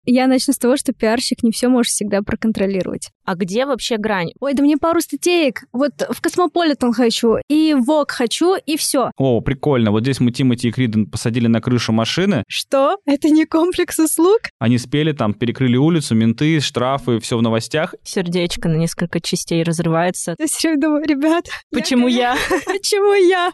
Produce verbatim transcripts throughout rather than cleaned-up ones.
Я начну с того, что пиарщик не все может всегда проконтролировать. А где вообще грань? Ой, да мне пару статеек. Вот в Космополитен хочу, и в Vogue хочу, и все. О, прикольно. Вот здесь мы Тимоти и Криден посадили на крышу машины. Что? Это не комплекс услуг? Они спели там, перекрыли улицу, менты, штрафы, все в новостях. Сердечко на несколько частей разрывается. Я все время думаю, ребят... Почему я? Почему я?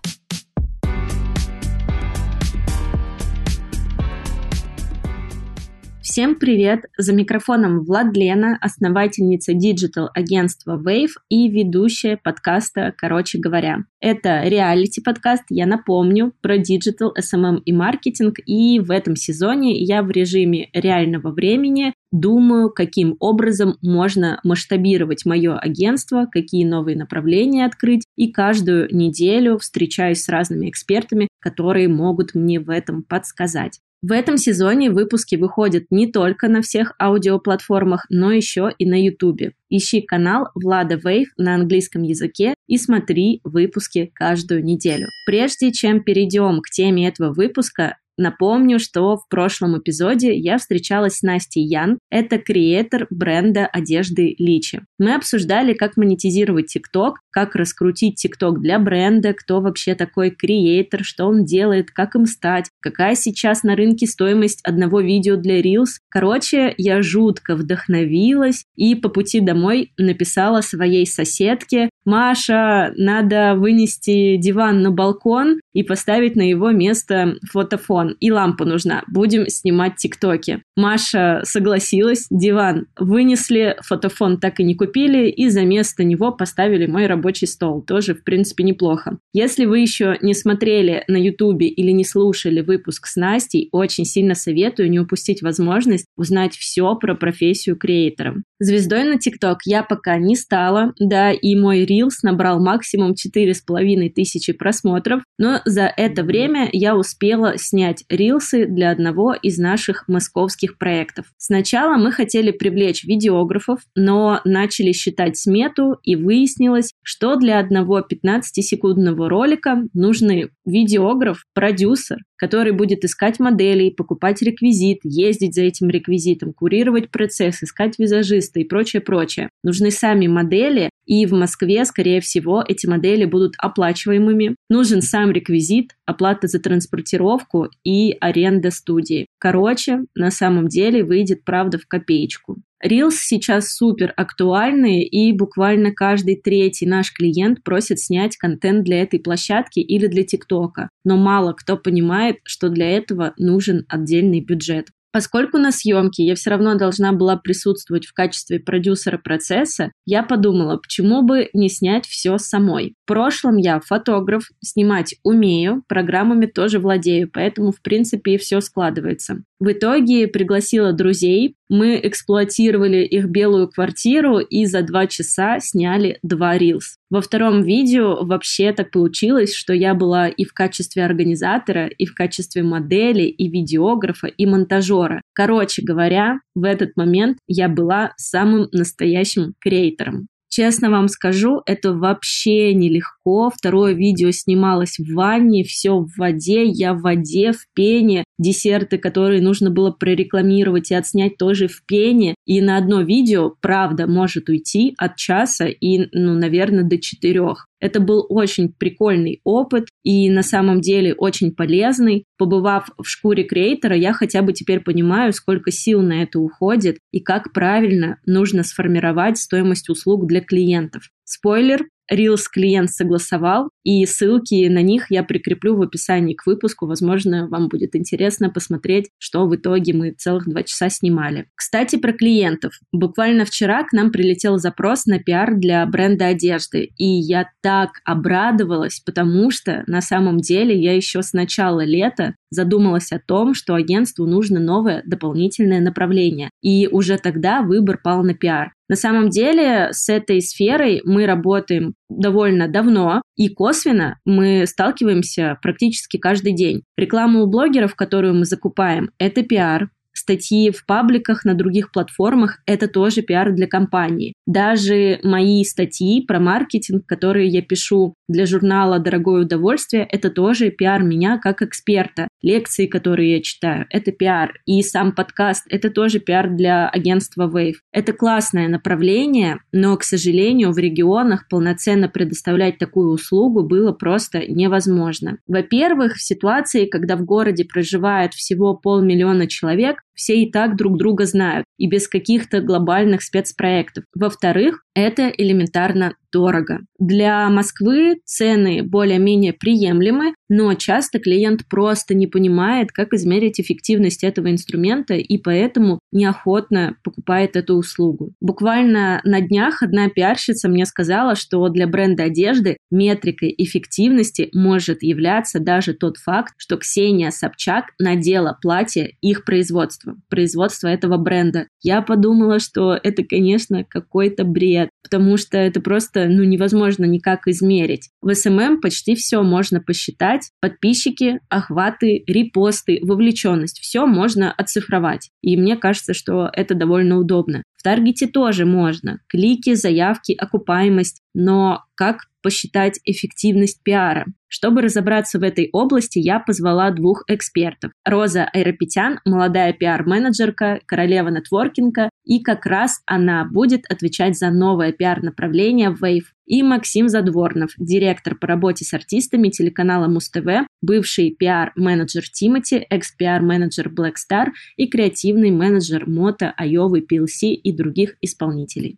Всем привет! За микрофоном Владлена, основательница диджитал-агентства Wave и ведущая подкаста «Короче говоря». Это реалити-подкаст, я напомню, про диджитал, эс эм эм и маркетинг, и в этом сезоне я в режиме реального времени думаю, каким образом можно масштабировать мое агентство, какие новые направления открыть, и каждую неделю встречаюсь с разными экспертами, которые могут мне в этом подсказать. В этом сезоне выпуски выходят не только на всех аудиоплатформах, но еще и на Ютубе. Ищи канал Влада Wave на английском языке и смотри выпуски каждую неделю. Прежде чем перейдем к теме этого выпуска, напомню, что в прошлом эпизоде я встречалась с Настей Ян, это креатор бренда одежды Личи. Мы обсуждали, как монетизировать ТикТок, как раскрутить ТикТок для бренда, кто вообще такой креатор, что он делает, как им стать, какая сейчас на рынке стоимость одного видео для Reels. Короче, я жутко вдохновилась и по пути домой написала своей соседке: «Маша, надо вынести диван на балкон и поставить на его место фотофон. И лампа нужна. Будем снимать тиктоки». Маша согласилась, диван вынесли, фотофон так и не купили, и за место него поставили мой рабочий стол. Тоже, в принципе, неплохо. Если вы еще не смотрели на Ютубе или не слушали выпуск с Настей, очень сильно советую не упустить возможность узнать все про профессию креатора. Звездой на ТикТок я пока не стала, да, и мой Reels набрал максимум четыре с половиной тысячи просмотров, но за это время я успела снять рилсы для одного из наших московских проектов. Сначала мы хотели привлечь видеографов, но начали считать смету, и выяснилось, что для одного пятнадцатисекундного ролика нужны видеограф, продюсер, который будет искать моделей, покупать реквизит, ездить за этим реквизитом, курировать процесс, искать визажиста и прочее-прочее. Нужны сами модели, и в Москве, скорее всего, эти модели будут оплачиваемыми. Нужен сам реквизит, оплата за транспортировку и аренда студии. Короче, на самом деле выйдет правда в копеечку. Reels сейчас супер актуальные, и буквально каждый третий наш клиент просит снять контент для этой площадки или для ТикТока. Но мало кто понимает, что для этого нужен отдельный бюджет. Поскольку на съемке я все равно должна была присутствовать в качестве продюсера процесса, я подумала, почему бы не снять все самой. В прошлом я фотограф, снимать умею, программами тоже владею, поэтому в принципе и все складывается. В итоге пригласила друзей, мы эксплуатировали их белую квартиру и за два часа сняли два рилс. Во втором видео вообще так получилось, что я была и в качестве организатора, и в качестве модели, и видеографа, и монтажера. Короче говоря, в этот момент я была самым настоящим креатором. Честно вам скажу, это вообще нелегко. Второе видео снималось в ванне, все в воде, я в воде, в пене. Десерты, которые нужно было прорекламировать и отснять, тоже в пене. И на одно видео, правда, может уйти от часа и, ну, наверное, до четырех. Это был очень прикольный опыт и на самом деле очень полезный. Побывав в шкуре креатора, я хотя бы теперь понимаю, сколько сил на это уходит и как правильно нужно сформировать стоимость услуг для клиентов. Спойлер, Reels клиент согласовал, и ссылки на них я прикреплю в описании к выпуску. Возможно, вам будет интересно посмотреть, что в итоге мы целых два часа снимали. Кстати, про клиентов. Буквально вчера к нам прилетел запрос на пиар для бренда одежды, и я так обрадовалась, потому что на самом деле я еще с начала лета задумалась о том, что агентству нужно новое дополнительное направление, и уже тогда выбор пал на пиар. На самом деле с этой сферой мы работаем довольно давно, и косвенно мы сталкиваемся практически каждый день. Реклама у блогеров, которую мы закупаем, это пиар. Статьи в пабликах на других платформах – это тоже пиар для компании. Даже мои статьи про маркетинг, которые я пишу для журнала «Дорогое удовольствие», это тоже пиар меня как эксперта. лекции, которые я читаю, это пиар. И сам подкаст — это тоже пиар для агентства Wave. Это классное направление, но, к сожалению, в регионах полноценно предоставлять такую услугу было просто невозможно. Во-первых, в ситуации, когда в городе проживает всего полмиллиона человек, все и так друг друга знают, и без каких-то глобальных спецпроектов. Во-вторых, это элементарно дорого. Для Москвы цены более-менее приемлемы, но часто клиент просто не понимает, как измерить эффективность этого инструмента, и поэтому неохотно покупает эту услугу. Буквально на днях одна пиарщица мне сказала, что для бренда одежды метрикой эффективности может являться даже тот факт, что Ксения Собчак надела платье их производства, производства этого бренда. Я подумала, что это, конечно, какой-то бред, потому что это просто ну, невозможно никак измерить. В эс эм эм почти все можно посчитать. Подписчики, охваты, репосты, вовлеченность. Все можно оцифровать. И мне кажется, что это довольно удобно. В Таргете тоже можно. Клики, заявки, окупаемость. Но как посчитать эффективность пиара? Чтобы разобраться в этой области, я позвала двух экспертов. Роза Айрапетян, молодая пиар-менеджерка, королева нетворкинга, и как раз она будет отвечать за новое пиар-направление в Wave. И Максим Задворнов, директор по работе с артистами телеканала Муз-ТВ, бывший пиар-менеджер Тимати, экс-пиар-менеджер Black Star и креативный менеджер Мото, Айовы, пи эл си и других исполнителей.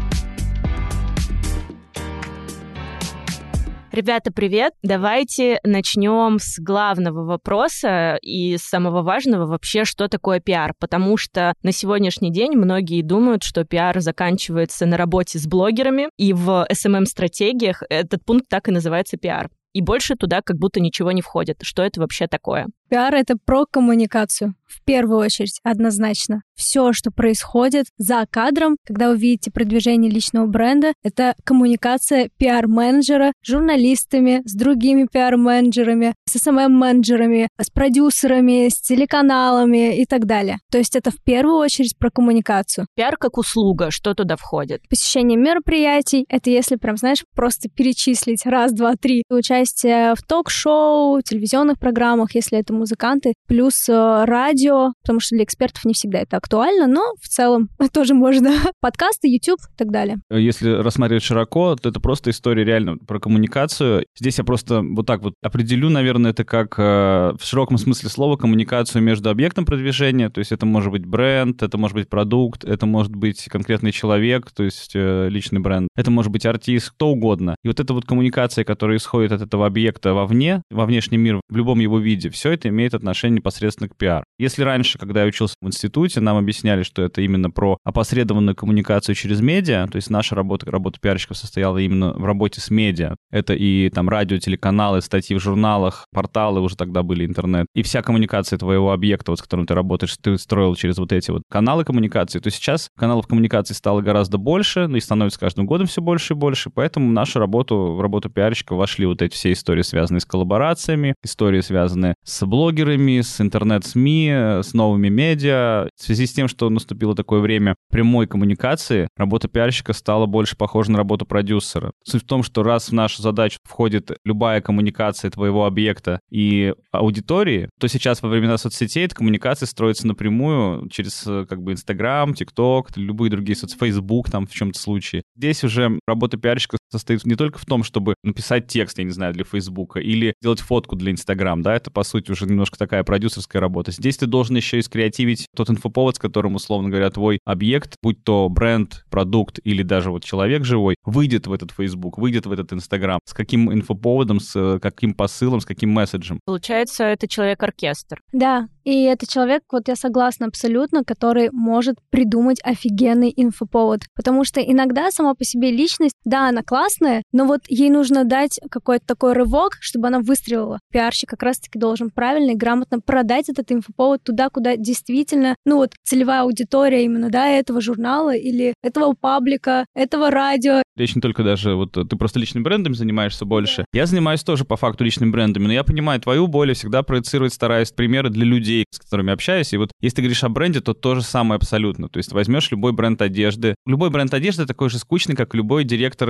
Ребята, привет! Давайте начнем с главного вопроса и самого важного вообще, что такое пиар. Потому что на сегодняшний день многие думают, что пиар заканчивается на работе с блогерами, и в эс эм эм-стратегиях этот пункт так и называется пиар. И больше туда как будто ничего не входит. Что это вообще такое? Пиар — это про коммуникацию. В первую очередь, однозначно. Все, что происходит за кадром, когда вы видите продвижение личного бренда, это коммуникация пиар-менеджера с журналистами, с другими пиар-менеджерами, с эс эм эм-менеджерами, с продюсерами, с телеканалами и так далее. То есть это в первую очередь про коммуникацию. Пиар как услуга, что туда входит? Посещение мероприятий — это если прям, знаешь, просто перечислить раз, два, три. Участие в ток-шоу, телевизионных программах, если это музыканты, плюс э, радио, потому что для экспертов не всегда это актуально, но в целом тоже можно. Подкасты, YouTube и так далее. Если рассматривать широко, то это просто история реально про коммуникацию. Здесь я просто вот так вот определю, наверное, это как э, в широком смысле слова коммуникацию между объектом продвижения, то есть это может быть бренд, это может быть продукт, это может быть конкретный человек, то есть э, личный бренд, это может быть артист, кто угодно. И вот эта вот коммуникация, которая исходит от этого объекта вовне, во внешний мир, в любом его виде, все это имеет отношение непосредственно к пиар. Если раньше, когда я учился в институте, нам объясняли, что это именно про опосредованную коммуникацию через медиа, то есть наша работа, работа пиарщиков состояла именно в работе с медиа. Это и там радио, телеканалы, статьи в журналах, порталы, уже тогда были интернет. И вся коммуникация твоего объекта, вот, с которым ты работаешь, ты строил через вот эти вот каналы коммуникации, то сейчас каналов коммуникации стало гораздо больше, ну и становится с каждым годом все больше и больше, поэтому в нашу работу, в работу пиарщика вошли вот эти все истории, связанные с коллаборациями, истории, связанные с блогерами, с интернет-СМИ, с новыми медиа. В связи с тем, что наступило такое время прямой коммуникации, работа пиарщика стала больше похожа на работу продюсера. Суть в том, что раз в нашу задачу входит любая коммуникация твоего объекта и аудитории, то сейчас во времена соцсетей эта коммуникация строится напрямую через как бы Инстаграм, ТикТок, любые другие соцсети, Фейсбук там в чем-то случае. Здесь уже работа пиарщика состоит не только в том, чтобы написать текст, я не знаю, для Фейсбука или сделать фотку для Инстаграм, да, это, по сути, уже немножко такая продюсерская работа. Здесь ты должен еще и скреативить тот инфоповод, с которым, условно говоря, твой объект, будь то бренд, продукт или даже вот человек живой, выйдет в этот Фейсбук, выйдет в этот Инстаграм. С каким инфоповодом, с каким посылом, с каким месседжем. Получается, это человек-оркестр. Да, и это человек, вот я согласна абсолютно, который может придумать офигенный инфоповод. Потому что иногда сама по себе личность, да, она классная, но вот ей нужно дать какой-то такой рывок, чтобы она выстрелила. Пиарщик как раз-таки должен правильно и грамотно продать этот инфоповод туда, куда действительно, ну вот, целевая аудитория именно, да, этого журнала или этого паблика, этого радио. Речь не только даже, вот ты просто личным брендом занимаешься больше. Я занимаюсь тоже по факту личными брендами, но я понимаю твою боль и всегда проецировать стараюсь примеры для людей, с которыми общаюсь. И вот если ты говоришь о бренде, то то же самое абсолютно. То есть возьмешь любой бренд одежды. Любой бренд одежды такой же скучный, как любой директор этого бренда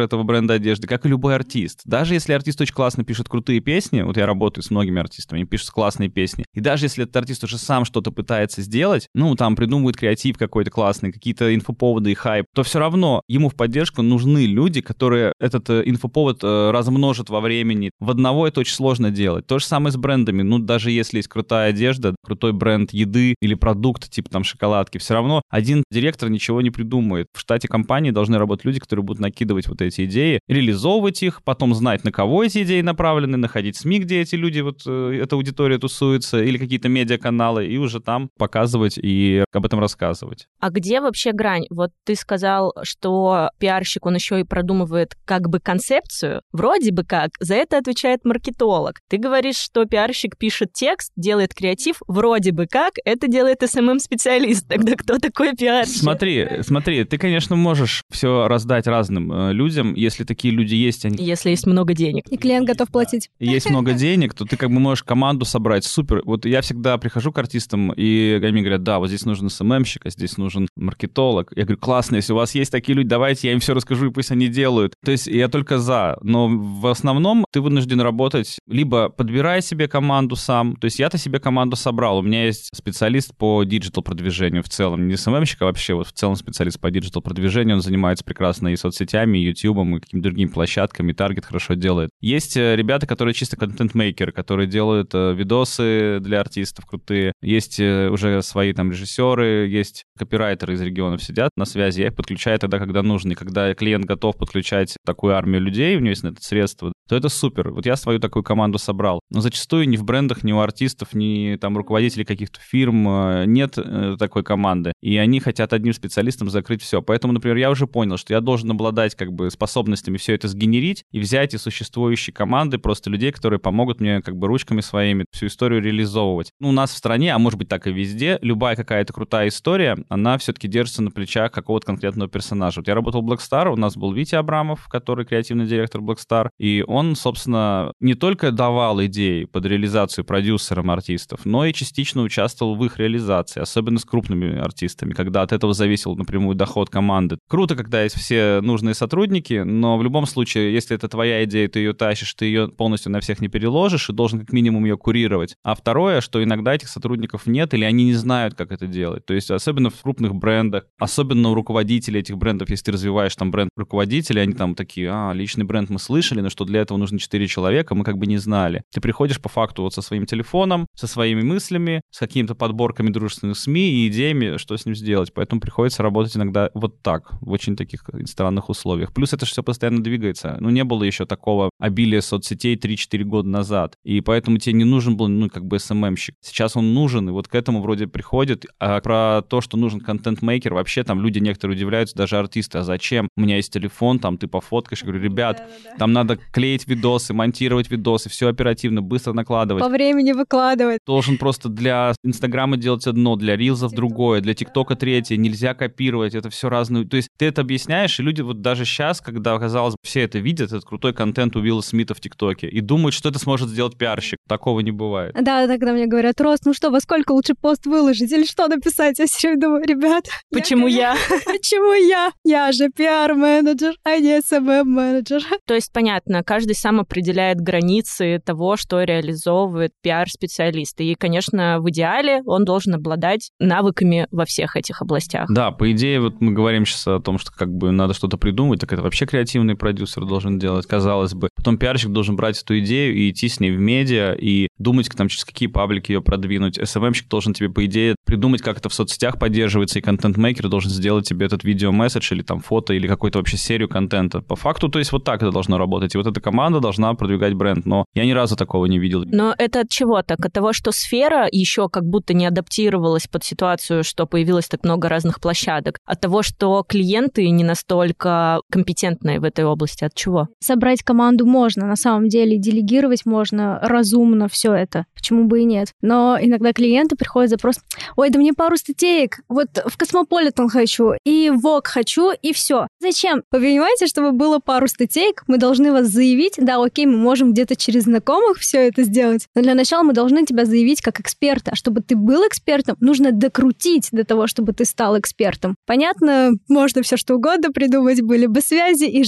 бренда одежды, как и любой артист. Даже если артист очень классно пишет крутые песни, вот я работаю с многими артистами, они пишут классные песни, и даже если этот артист уже сам что-то пытается сделать, ну, там, придумывает креатив какой-то классный, какие-то инфоповоды и хайп, то все равно ему в поддержку нужны люди, которые этот инфоповод размножат во времени. В одного это очень сложно делать. То же самое с брендами. Ну, даже если есть крутая одежда, крутой бренд еды или продукт, типа там шоколадки, все равно один директор ничего не придумает. В штате компании должны работать люди, которые будут накидывать вот эти идеи, реализовывать их, потом знать, на кого эти идеи направлены, находить СМИ, где эти люди, вот эта аудитория тусуется, или какие-то медиаканалы, и уже там показывать и об этом рассказывать. А где вообще грань? Вот ты сказал, что пиарщик, он еще и продумывает как бы концепцию. Вроде бы как, за это отвечает маркетолог. Ты говоришь, что пиарщик пишет текст, делает креатив, вроде бы как, это делает эс эм эм-специалист. Тогда кто такой пиарщик? Смотри, смотри, ты, конечно, можешь все раздать разным э, людям, если такие люди есть. Они... Если есть много денег. И клиент готов платить. Есть много денег, то ты как бы можешь команду собрать. Супер. Вот я всегда прихожу к артистам, и они говорят, да, вот здесь нужен эс эм эм-щик, а здесь нужен маркетолог. Я говорю, классно, если у вас есть такие люди, давайте я им все расскажу, и пусть они делают. То есть я только за. Но в основном ты вынужден работать, либо подбирая себе команду сам. То есть я-то себе команду собрал. У меня есть специалист по диджитал-продвижению в целом. Не эс эм эм-щик, а вообще вот в целом специалист по диджитал-продвижению. Он занимается прекрасно и соцсетями, и ютубом, и какими-то другими площадками, таргет хорошо делает. Есть ребята, которые чисто контент-мейкеры, которые делают видосы для артистов крутые. Есть уже свои там режиссеры, есть копирайтеры из регионов сидят на связи. Я их подключаю тогда, когда нужно. И когда клиент готов подключать такую армию людей, у него есть на это средства, то это супер. Вот я свою такую команду собрал. Но зачастую ни в брендах, ни у артистов, ни там руководителей каких-то фирм нет такой команды. И они хотят одним специалистом закрыть все. Поэтому, например, я уже понял, что я должен обладать как бы способностями все это сгенерить и взять из существующей команды просто людей, которые помогут мне как бы ручками своими всю историю реализовывать. Ну, у нас в стране, а может быть так и везде, любая какая-то крутая история, она все-таки держится на плечах какого-то конкретного персонажа. Вот я работал в Black Star, у нас был Витя Абрамов, который креативный директор Black Star, и он, собственно, не только давал идеи под реализацию продюсерам артистов, но и частично участвовал в их реализации, особенно с крупными артистами, когда от этого зависел напрямую доход команды. Круто, когда есть все нужные сотрудники, но в любом случае, если это твоя идея, ты ее тащишь, ты ее полностью на всех не переложишь и должен как минимум ее курировать. А второе, что иногда этих сотрудников нет или они не знают, как это делать. То есть особенно в крупных брендах, особенно у руководителей этих брендов, если ты развиваешь там бренд руководителей, они там такие, а, личный бренд мы слышали, но что для этого нужно четыре человека, мы как бы не знали. Ты приходишь по факту вот со своим телефоном, со своими мыслями, с какими-то подборками дружественных СМИ и идеями, что с ним сделать. Поэтому приходится работать иногда вот так, в очень таких странных условиях. Плюс это же все постоянно двигается. Ну, не было еще такого обилия соцсетей три-четыре года назад. И поэтому тебе не нужен был, ну, как бы эс эм эм-щик. Сейчас он нужен, и вот к этому вроде приходит. А про то, что нужен контент-мейкер, вообще там люди некоторые удивляются, даже артисты, а зачем? У меня есть телефон, там ты пофоткаешь. Я говорю, ребят, да, да, да. там надо клеить видосы, монтировать видосы, все оперативно, быстро накладывать. По времени выкладывать. Должен просто для Инстаграма делать одно, для Рилзов другое, для ТикТока третье. Нельзя копировать, это все разное. То есть ты это объясняешь, и люди вот даже сейчас, когда, казалось бы, все это видят, этот крутой контент у Уилла Смита в ТикТоке, и думают, что это сможет сделать пиарщик. Такого не бывает. Да, тогда мне говорят, Рост, ну что, во сколько лучше пост выложить или что написать? Я все время думаю, ребят... Почему я? Почему я? Я же пиар-менеджер, а не эс эм эм-менеджер. То есть, понятно, каждый сам определяет границы того, что реализовывает пиар-специалист. И, конечно, в идеале он должен обладать навыками во всех этих областях. Да, по идее, вот мы говорим сейчас о том, что как бы надо что-то придумать, так это вообще креативный продюсер должен делать, казалось бы. Потом пиарщик должен брать эту идею и идти с ней в медиа, и думать, там, через какие паблики ее продвинуть. эс эм эм-щик должен тебе, по идее, придумать, как это в соцсетях поддерживается, и контент-мейкер должен сделать тебе этот видео-месседж или там фото, или какую-то вообще серию контента. По факту, то есть вот так это должно работать. И вот эта команда должна продвигать бренд. Но я ни разу такого не видел. Но это от чего так? От того, что сфера еще как будто не адаптировалась под ситуацию, что появилось так много разных площадок. От того, что клиенты не настолько компетентные в этой области. От чего? Собрать команду можно, на самом деле. Делегировать можно разумно все это. Почему бы и нет? Но иногда клиенты приходят запрос: ой, да мне пару статеек, вот в Космополитен хочу, и в Vogue хочу, и все. Зачем? Вы понимаете, чтобы было пару статеек, мы должны вас заявить, да, окей, мы можем где-то через знакомых все это сделать, но для начала мы должны тебя заявить как эксперта. А чтобы ты был экспертом, нужно докрутить до того, чтобы ты стал экспертом. Понятно, можно все что угодно придумать, были бы связи и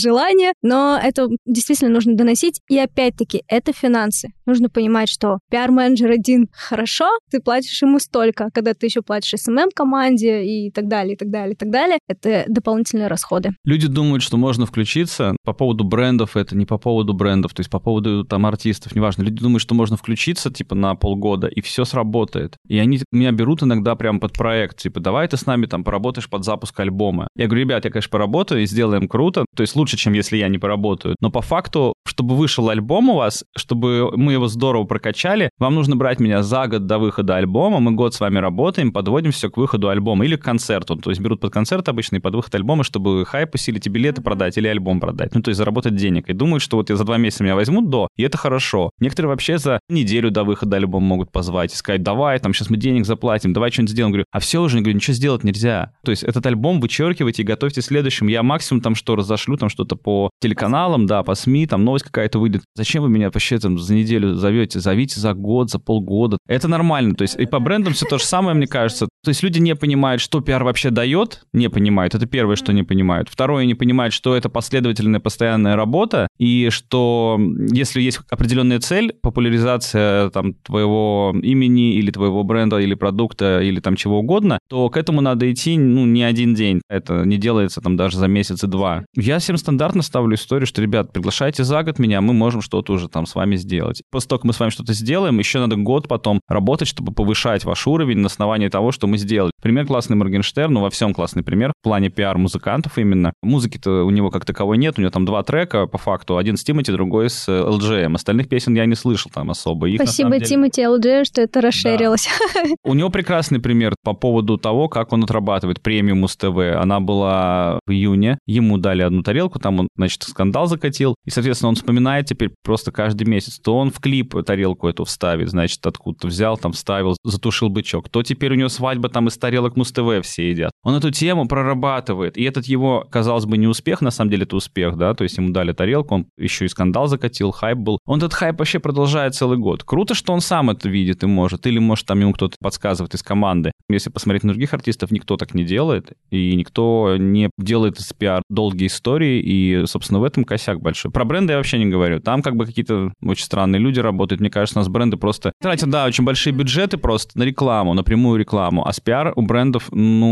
желание, но это действительно нужно доносить. И опять-таки, это финансы. Нужно понимать, что пиар-менеджер один хорошо, ты платишь ему столько. Когда ты еще платишь эс эм эм-команде и так далее, и так далее, и так далее, это дополнительные расходы. Люди думают, что можно включиться по поводу брендов, это не по поводу брендов, то есть по поводу там артистов, неважно. Люди думают, что можно включиться типа на полгода, и все сработает. И они меня берут иногда прямо под проект, типа, давай ты с нами там поработаешь под запуск альбома. Я говорю, ребят, я, конечно, поработаю и сделаем круто, то есть лучше, чем если я не поработаю. Но по факту, чтобы вышел альбом у вас, чтобы мы его здорово прокачали, вам нужно брать меня за год до выхода альбома, мы год с вами работаем, подводим все к выходу альбома или к концерту. То есть берут под концерт обычно и под выход альбома, чтобы хайп усилить и билеты продать или альбом продать. Ну, то есть заработать денег. И думают, что вот я за два месяца меня возьмут до, и это хорошо. Некоторые вообще за неделю до выхода альбома могут позвать и сказать, давай, там, сейчас мы денег заплатим, давай что-нибудь сделаем. Говорю, а все уже, говорю, ничего сделать нельзя. То есть этот альбом вычеркивайте и готовьте следующим. Я максимум там что, разошлю, там что-то по телеканалам, да, по СМИ, там новость какая-то выйдет. Зачем вы меня вообще там за неделю зовете? Зовите за год, за полгода. Это нормально. То есть и по брендам все то же самое, мне кажется. То есть люди не понимают, что пиар вообще дает, не понимают. Это первое, что не понимают. Второе, не понимают, что это последовательная постоянная работа, и что если есть определенная цель, популяризация там твоего имени или твоего бренда, или продукта, или там чего угодно, то к этому надо идти, ну, не один день. Это не делается там даже за месяц и два. Я всем стандартно ставлю историю, что, ребят, приглашайте за год меня, мы можем что-то уже там с вами сделать. После того, как мы с вами что-то сделаем, еще надо год потом работать, чтобы повышать ваш уровень на основании того, что мы сделали. Пример классный Моргенштерн, ну, во всем классный пример, в плане пиар-музыкантов именно. Музыки-то у него как таковой нет, у него там два трека, по факту, один с Тимати, другой с эл джи эм. Остальных песен я не слышал там особо. Их, спасибо Тимати и эл джи эм, что это расширилось. Да. У него прекрасный пример по поводу того, как он отрабатывает премию Муз-ТВ. Она была в июне, ему дали одну тарелку, там он, значит, скандал закатил, и, соответственно, он вспоминает теперь просто каждый месяц. То он в клип тарелку эту вставит, значит, откуда-то взял, там вставил, затушил бычок. То теперь у него свадьба там из тарелок Муз-ТВ все едят. Он эту тему прорабатывает, и этот его, казалось бы, не успех, на самом деле это успех, да, то есть ему дали тарелку, он еще и скандал закатил, хайп был. Он этот хайп вообще продолжает целый год. Круто, что он сам это видит и может, или может там ему кто-то подсказывает из команды. Если посмотреть на других артистов, никто так не делает, и никто не делает из пиар долгие истории, и, собственно, в этом косяк большой. Про бренды я вообще не говорю. Там как бы какие-то очень странные люди работают. Мне кажется, у нас бренды просто тратят, да, очень большие бюджеты просто на рекламу, напрямую рекламу, а с пиар у брендов,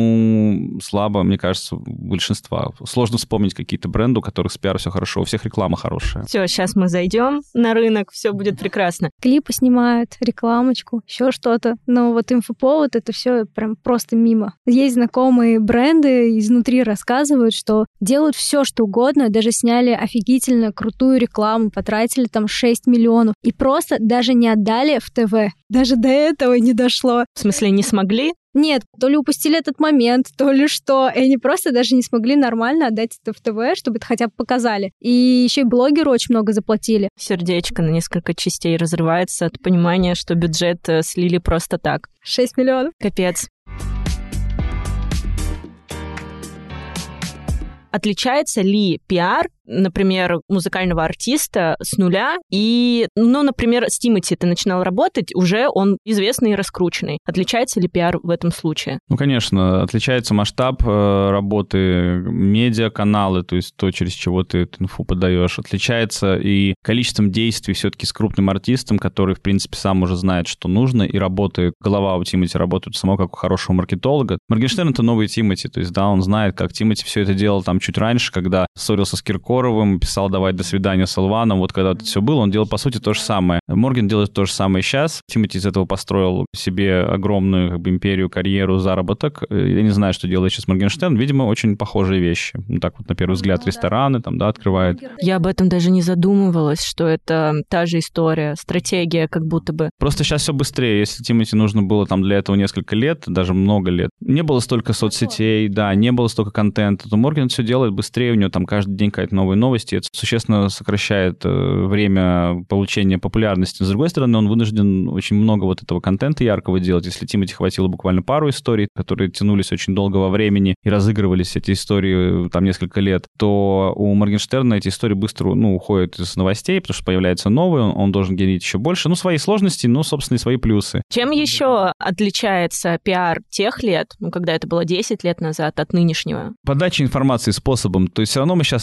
ну, слабо, мне кажется, большинства. Сложно вспомнить какие-то бренды, у которых с пиар все хорошо, у всех реклама хорошая. Все, сейчас мы зайдем на рынок, все будет прекрасно. Клипы снимают, рекламочку, еще что-то. Но вот инфоповод — это все прям просто мимо. Есть знакомые бренды, изнутри рассказывают, что делают все, что угодно, даже сняли офигительно крутую рекламу, потратили там шесть миллионов и просто даже не отдали в ТВ. Даже до этого не дошло. В смысле, не смогли? Нет, то ли упустили этот момент, то ли что. И они просто даже не смогли нормально отдать это в ТВ, чтобы это хотя бы показали. И еще и блогеры очень много заплатили. Сердечко на несколько частей разрывается от понимания, что бюджет слили просто так. шесть миллионов. Капец. Отличается ли пиар, например, музыкального артиста с нуля и, ну, например, с Тимати ты начинал работать, уже он известный и раскрученный. Отличается ли пиар в этом случае? Ну, конечно, отличается масштаб э, работы, медиаканалы, то есть то, через чего ты эту инфу подаешь. Отличается и количеством действий все-таки с крупным артистом, который, в принципе, сам уже знает, что нужно, и работает, голова у Тимати работает само как у хорошего маркетолога. Моргенштерн — это новый Тимати, то есть, да, он знает, как Тимати все это делал там чуть раньше, когда ссорился с Киркоровым, писал «давай, до свидания» с Элваном. Вот когда это все было, он делал, по сути, то же самое. Морген делает то же самое сейчас. Тимати из этого построил себе огромную как бы империю, карьеру, заработок. Я не знаю, что делает сейчас Моргенштерн. Видимо, очень похожие вещи. Ну, так вот, на первый взгляд, рестораны там, да, открывает. Я об этом даже не задумывалась, что это та же история, стратегия как будто бы. Просто сейчас все быстрее. Если Тимати нужно было там для этого несколько лет, даже много лет, не было столько соцсетей, да, не было столько контента, то Морген все делает быстрее, у него там каждый день какая-то новая новость, и это существенно сокращает время получения популярности. С другой стороны, он вынужден очень много вот этого контента яркого делать. Если Тимати хватило буквально пару историй, которые тянулись очень долго во времени и разыгрывались эти истории там несколько лет, то у Моргенштерна эти истории быстро, ну, уходят из новостей, потому что появляются новые, он, он должен генерить еще больше. Ну, свои сложности, ну, собственно, и свои плюсы. Чем еще отличается пиар тех лет, ну, когда это было десять лет назад, от нынешнего? Подача информации способом. То есть все равно мы сейчас общаемся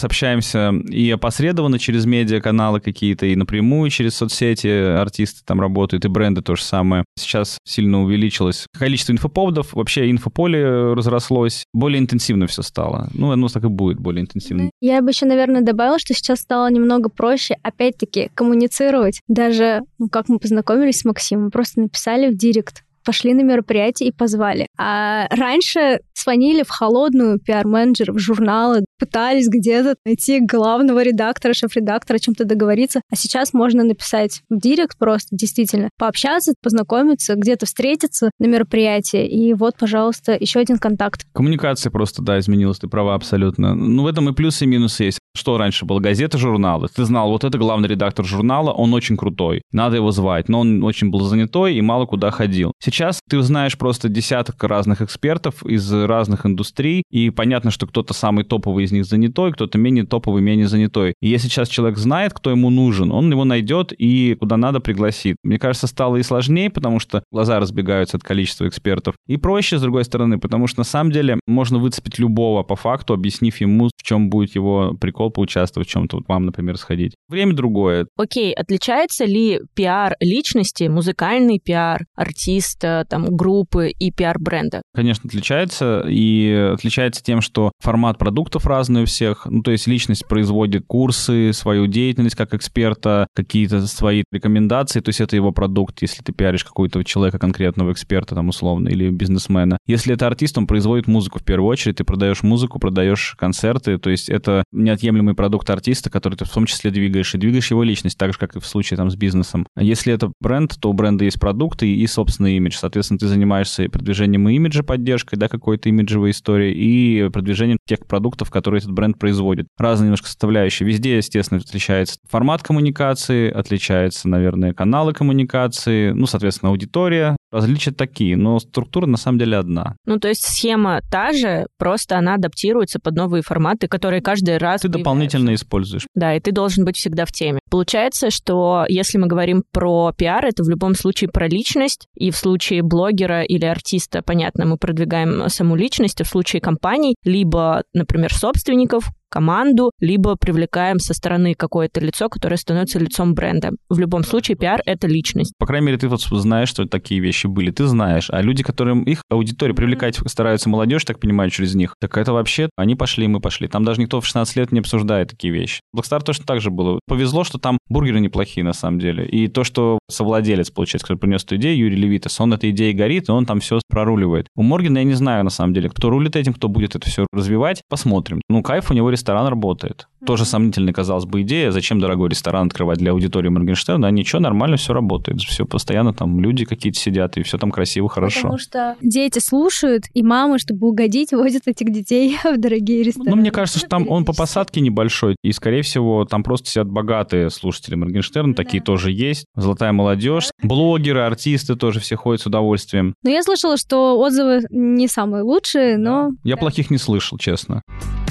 делалось и опосредованно через медиаканалы какие-то, и напрямую через соцсети артисты там работают, и бренды то же самое. Сейчас сильно увеличилось количество инфоповодов, вообще инфополе разрослось, более интенсивно все стало. Ну, оно так и будет, более интенсивно. Я бы еще, наверное, добавила, что сейчас стало немного проще, опять-таки, коммуницировать. Даже, ну, как мы познакомились с Максимом, просто написали в директ, пошли на мероприятие и позвали. А раньше звонили в холодную пиар-менеджеров, в журналы, пытались где-то найти главного редактора, шеф-редактора, о чем-то договориться. А сейчас можно написать в директ просто, действительно, пообщаться, познакомиться, где-то встретиться на мероприятии. И вот, пожалуйста, еще один контакт. Коммуникация просто, да, изменилась, ты права абсолютно. Ну, в этом и плюсы, и минусы есть. Что раньше было? Газеты, журналы. Ты знал, вот это главный редактор журнала, он очень крутой. Надо его звать. Но он очень был занятой и мало куда ходил. Сейчас ты знаешь просто десяток разных экспертов из разных индустрий, и понятно, что кто-то самый топовый из них занятой, кто-то менее топовый, менее занятой. И если сейчас человек знает, кто ему нужен, он его найдет и куда надо пригласит. Мне кажется, стало и сложнее, потому что глаза разбегаются от количества экспертов, и проще, с другой стороны, потому что на самом деле можно выцепить любого по факту, объяснив ему, в чем будет его прикол поучаствовать, в чем-то вот вам, например, сходить. Время другое. Окей, отличается ли пиар личности, музыкальный пиар, артиста, там, группы и пиар бренда? Конечно, отличается, и отличается тем, что формат продуктов разный у всех. Ну, то есть личность производит курсы, свою деятельность как эксперта, какие-то свои рекомендации, то есть это его продукт, если ты пиаришь какого-то человека конкретного эксперта, там, условно, или бизнесмена. Если это артист, он производит музыку в первую очередь, ты продаешь музыку, продаешь концерты, то есть это неотъемлемый продукт артиста, который ты в том числе двигаешь, и двигаешь его личность, так же, как и в случае там с бизнесом. А если это бренд, то у бренда есть продукты и, и собственный имидж. Соответственно, ты занимаешься продвижением имиджа, поддержкой, да, какой-то имиджевой истории, и продвижением тех продуктов, которые этот бренд производит. Разные немножко составляющие. Везде, естественно, отличается формат коммуникации, отличается, наверное, каналы коммуникации, ну, соответственно, аудитория. Различия такие, но структура на самом деле одна. Ну, то есть схема та же, просто она адаптируется под новые форматы, которые каждый раз... Ты дополнительно используешь. Да, и ты должен быть всегда в теме. Получается, что если мы говорим про пиар, это в любом случае про личность, и в случае блогера или артиста, понятно, мы продвигаем саму личность, а в случае компаний, либо, например, собственников, команду, либо привлекаем со стороны какое-то лицо, которое становится лицом бренда. В любом случае, пиар — это личность. По крайней мере, ты вот знаешь, что такие вещи были, ты знаешь. А люди, которым их аудиторию привлекать стараются, молодежь, так понимаю, через них, так это вообще они пошли, мы пошли. Там даже никто в шестнадцать лет не обсуждает такие вещи. Blackstar точно так же было. Повезло, что там бургеры неплохие на самом деле. И то, что совладелец, получается, который принес эту идею, Юрий Левитас, он этой идеей горит, и он там все проруливает. У Моргена я не знаю, на самом деле, кто рулит этим, кто будет это все развивать. Посмотрим. Ну, кайф, у него ресторан работает. Mm-hmm. Тоже сомнительная, казалось бы, идея. Зачем дорогой ресторан открывать для аудитории Моргенштерна? А ничего, нормально все работает. Все постоянно там люди какие-то сидят, и все там красиво, хорошо. Потому что дети слушают, и мамы, чтобы угодить, возят этих детей в дорогие рестораны. Ну, мне кажется, что там он по посадке небольшой, и, скорее всего, там просто сидят богатые слушатели Моргенштерна, да. Такие тоже есть. Золотая молодежь, блогеры, артисты тоже все ходят с удовольствием. Но я слышала, что отзывы не самые лучшие, но... Я плохих не слышал, честно.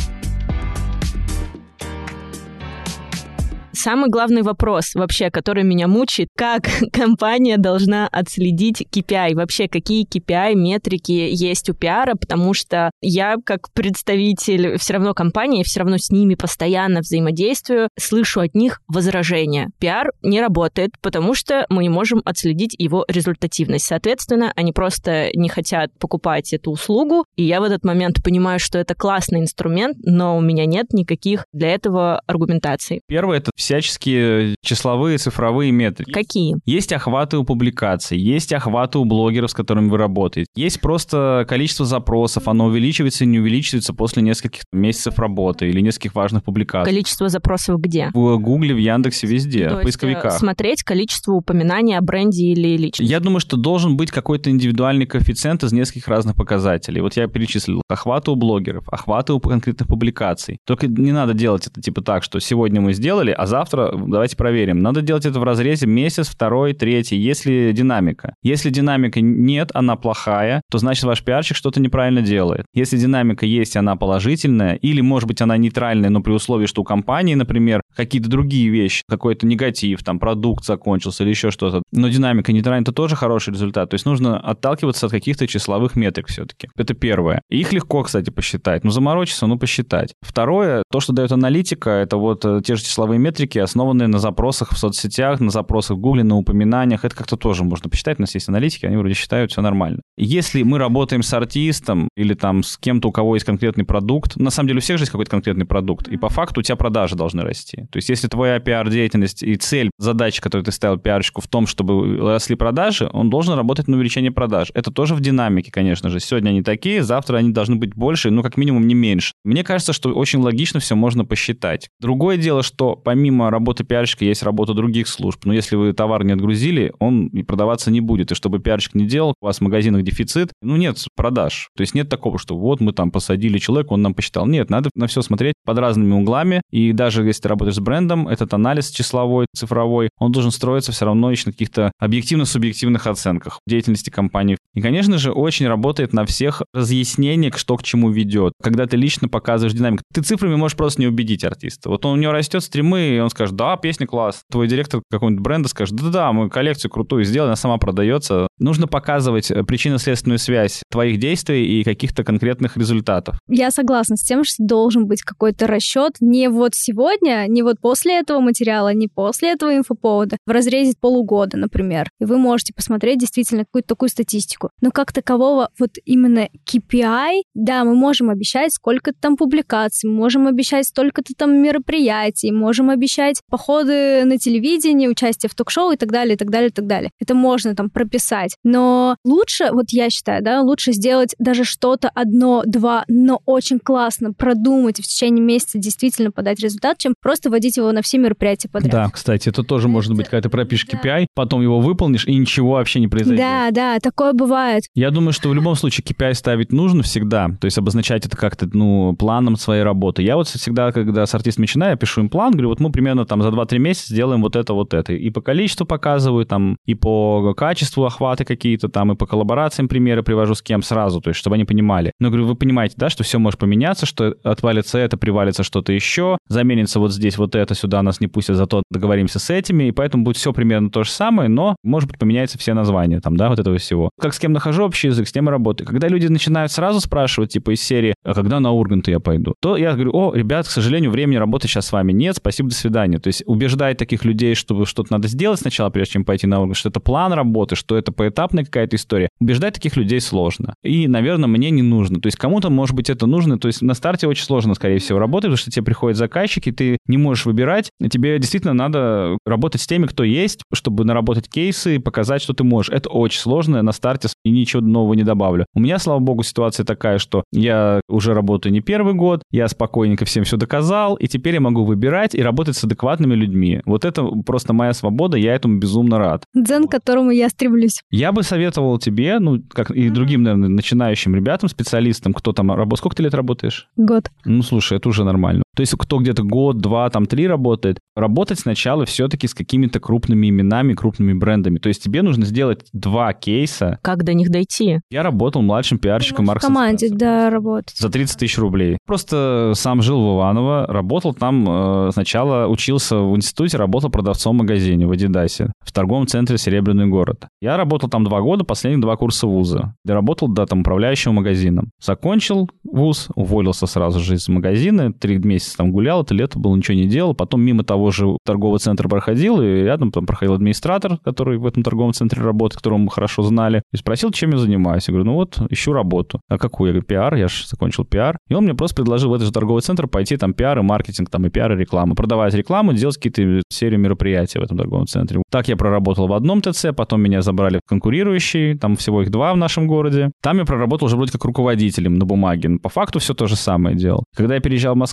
Самый главный вопрос вообще, который меня мучает, как компания должна отследить кей пи ай? Вообще, какие кей пи ай, метрики есть у пиара? Потому что я, как представитель все равно компании, все равно с ними постоянно взаимодействую, слышу от них возражения. Пиар не работает, потому что мы не можем отследить его результативность. Соответственно, они просто не хотят покупать эту услугу, и я в этот момент понимаю, что это классный инструмент, но у меня нет никаких для этого аргументаций. Первое — это всяческие числовые цифровые метрики. Какие? Есть охваты у публикаций, есть охваты у блогеров, с которыми вы работаете. Есть просто количество запросов, оно увеличивается и не увеличивается после нескольких месяцев работы или нескольких важных публикаций. Количество запросов где? В Гугле, в Яндексе, везде, То в поисковиках. Смотреть количество упоминаний о бренде или личности. Я думаю, что должен быть какой-то индивидуальный коэффициент из нескольких разных показателей. Вот я перечислил охваты у блогеров, охваты у конкретных публикаций. Только не надо делать это типа так, что сегодня мы сделали, а завтра завтра давайте проверим. Надо делать это в разрезе месяц, второй, третий, если динамика. Если динамика нет, она плохая, то значит ваш пиарщик что-то неправильно делает. Если динамика есть, она положительная, или, может быть, она нейтральная, но при условии, что у компании, например, какие-то другие вещи, какой-то негатив, там, продукт закончился или еще что-то, но динамика нейтральная, это тоже хороший результат. То есть нужно отталкиваться от каких-то числовых метрик все-таки. Это первое. И их легко, кстати, посчитать. Ну, заморочиться, ну, посчитать. Второе, то, что дает аналитика, это вот те же числовые метрики, основанные на запросах в соцсетях, на запросах в Гугле, на упоминаниях. Это как-то тоже можно посчитать. У нас есть аналитики, они вроде считают, все нормально. Если мы работаем с артистом или там с кем-то, у кого есть конкретный продукт, на самом деле у всех же есть какой-то конкретный продукт, и по факту у тебя продажи должны расти. То есть если твоя пиар-деятельность и цель, задача, которую ты ставил пиарщику в том, чтобы росли продажи, он должен работать на увеличение продаж. Это тоже в динамике, конечно же. Сегодня они такие, завтра они должны быть больше, ну, как минимум, не меньше. Мне кажется, что очень логично все можно посчитать. Другое дело, что помимо работы пиарщика есть работа других служб. Но если вы товар не отгрузили, он и продаваться не будет. И чтобы пиарщик не делал, у вас в магазинах дефицит, ну, нет продаж. То есть нет такого, что вот мы там посадили человека, он нам посчитал. Нет, надо на все смотреть под разными углами. И даже если ты работаешь с брендом, этот анализ числовой, цифровой, он должен строиться все равно еще на каких-то объективно-субъективных оценках деятельности компании. И, конечно же, очень работает на всех разъяснениях, что к чему ведет. Когда ты лично показываешь динамику, ты цифрами можешь просто не убедить артиста. Вот он, у него растет стримы, и он скажет, да, песня класс. Твой директор какого-нибудь бренда скажет, да-да, мы коллекцию крутую сделали, она сама продается. Нужно показывать причинно-следственную связь твоих действий и каких-то конкретных результатов. Я согласна с тем, что должен быть какой-то расчет не вот сегодня, не вот после этого материала, не после этого инфоповода, в разрезе полугода, например. И вы можете посмотреть действительно какую-то такую статистику. Но как такового вот именно кей пи ай, да, мы можем обещать сколько-то там публикаций, мы можем обещать столько-то там мероприятий, можем обещать походы на телевидение, участие в ток-шоу и так далее, и так далее, и так далее. Это можно там прописать. Но лучше, вот я считаю, да, лучше сделать даже что-то одно, два, но очень классно продумать и в течение месяца действительно подать результат, чем просто вводить его на все мероприятия подряд. Да, кстати, это тоже это... может быть, когда ты пропишешь да. кей пи ай, потом его выполнишь, и ничего вообще не произойдет. Да, да, такое бывает. Я думаю, что в любом случае кей пи ай ставить нужно всегда, то есть обозначать это как-то, ну, планом своей работы. Я вот всегда, когда с артистом начинаю, я пишу им план, говорю, вот мы примерно там за два-три месяца сделаем вот это, вот это. И по количеству показываю, там, и по качеству охваты какие-то там, и по коллаборациям примеры привожу с кем сразу, то есть чтобы они понимали. Но, говорю, вы понимаете, да, что все может поменяться, что отвалится это, привалится что-то еще, заменится вот здесь вот это, сюда нас не пустят, зато договоримся с этими, и поэтому будет все примерно то же самое, но, может быть, поменяются все названия там, да, вот этого всего. Как с кем нахожу общий язык, с тем и работаю. Когда люди начинают сразу спрашивать, типа, из серии, а когда на Ургант я пойду, то я говорю, о, ребят, к сожалению, времени работать сейчас с вами нет, спасибо, до свидания. То есть убеждать таких людей, что что-то надо сделать сначала, прежде чем пойти на Ургант, что это план работы, что это поэтапная какая-то история. Убеждать таких людей сложно. И, наверное, мне не нужно. То есть кому-то, может быть, это нужно. То есть на старте очень сложно, скорее всего, работать, потому что тебе приходят заказчики, ты не можешь выбирать. И тебе действительно надо работать с теми, кто есть, чтобы наработать кейсы и показать, что ты можешь. Это очень сложно на старте, и ничего нового не добавлю. У меня, слава богу, ситуация такая, что я уже работаю не первый год, я спокойненько всем все доказал, и теперь я могу выбирать и работать с адекватными людьми. Вот это просто моя свобода, я этому безумно рад. Дзен, к которому я стремлюсь. Я бы советовал тебе, ну, как и другим, наверное, начинающим ребятам, специалистам, кто там работает. Сколько ты лет работаешь? Год. Ну, слушай, это уже нормально. То есть кто где-то год, два, там, три работает, работать сначала все-таки с какими-то крупными именами, крупными брендами. То есть тебе нужно сделать два кейса. Как до них дойти? Я работал младшим пиарщиком Маркса. В команде, да, работать. За тридцать тысяч рублей. Просто сам жил в Иваново, работал там, э, сначала учился в институте, работал продавцом в магазине в Адидасе, в торговом центре «Серебряный город». Я работал там два года, последних два курса вуза. Я работал, да, там, управляющим магазином. Закончил вуз, уволился сразу же из магазина, три месяца там гулял, это лето было, ничего не делал. Потом мимо того же торгового центра проходил, и рядом там проходил администратор, который в этом торговом центре работает, которого мы хорошо знали, и спросил, чем я занимаюсь. Я говорю, ну вот, ищу работу. А какую? Я говорю, пиар, я же закончил пиар. И он мне просто предложил в этот же торговый центр пойти там пиар и маркетинг, там и пиар и рекламу, продавать рекламу, делать какие-то серию мероприятий в этом торговом центре. Так я проработал в одном ТЦ, потом меня забрали в конкурирующий, там всего их два в нашем городе. Там я проработал уже вроде как руководителем на бумаге. Но по факту все то же самое делал. Когда я переезжал в Москву,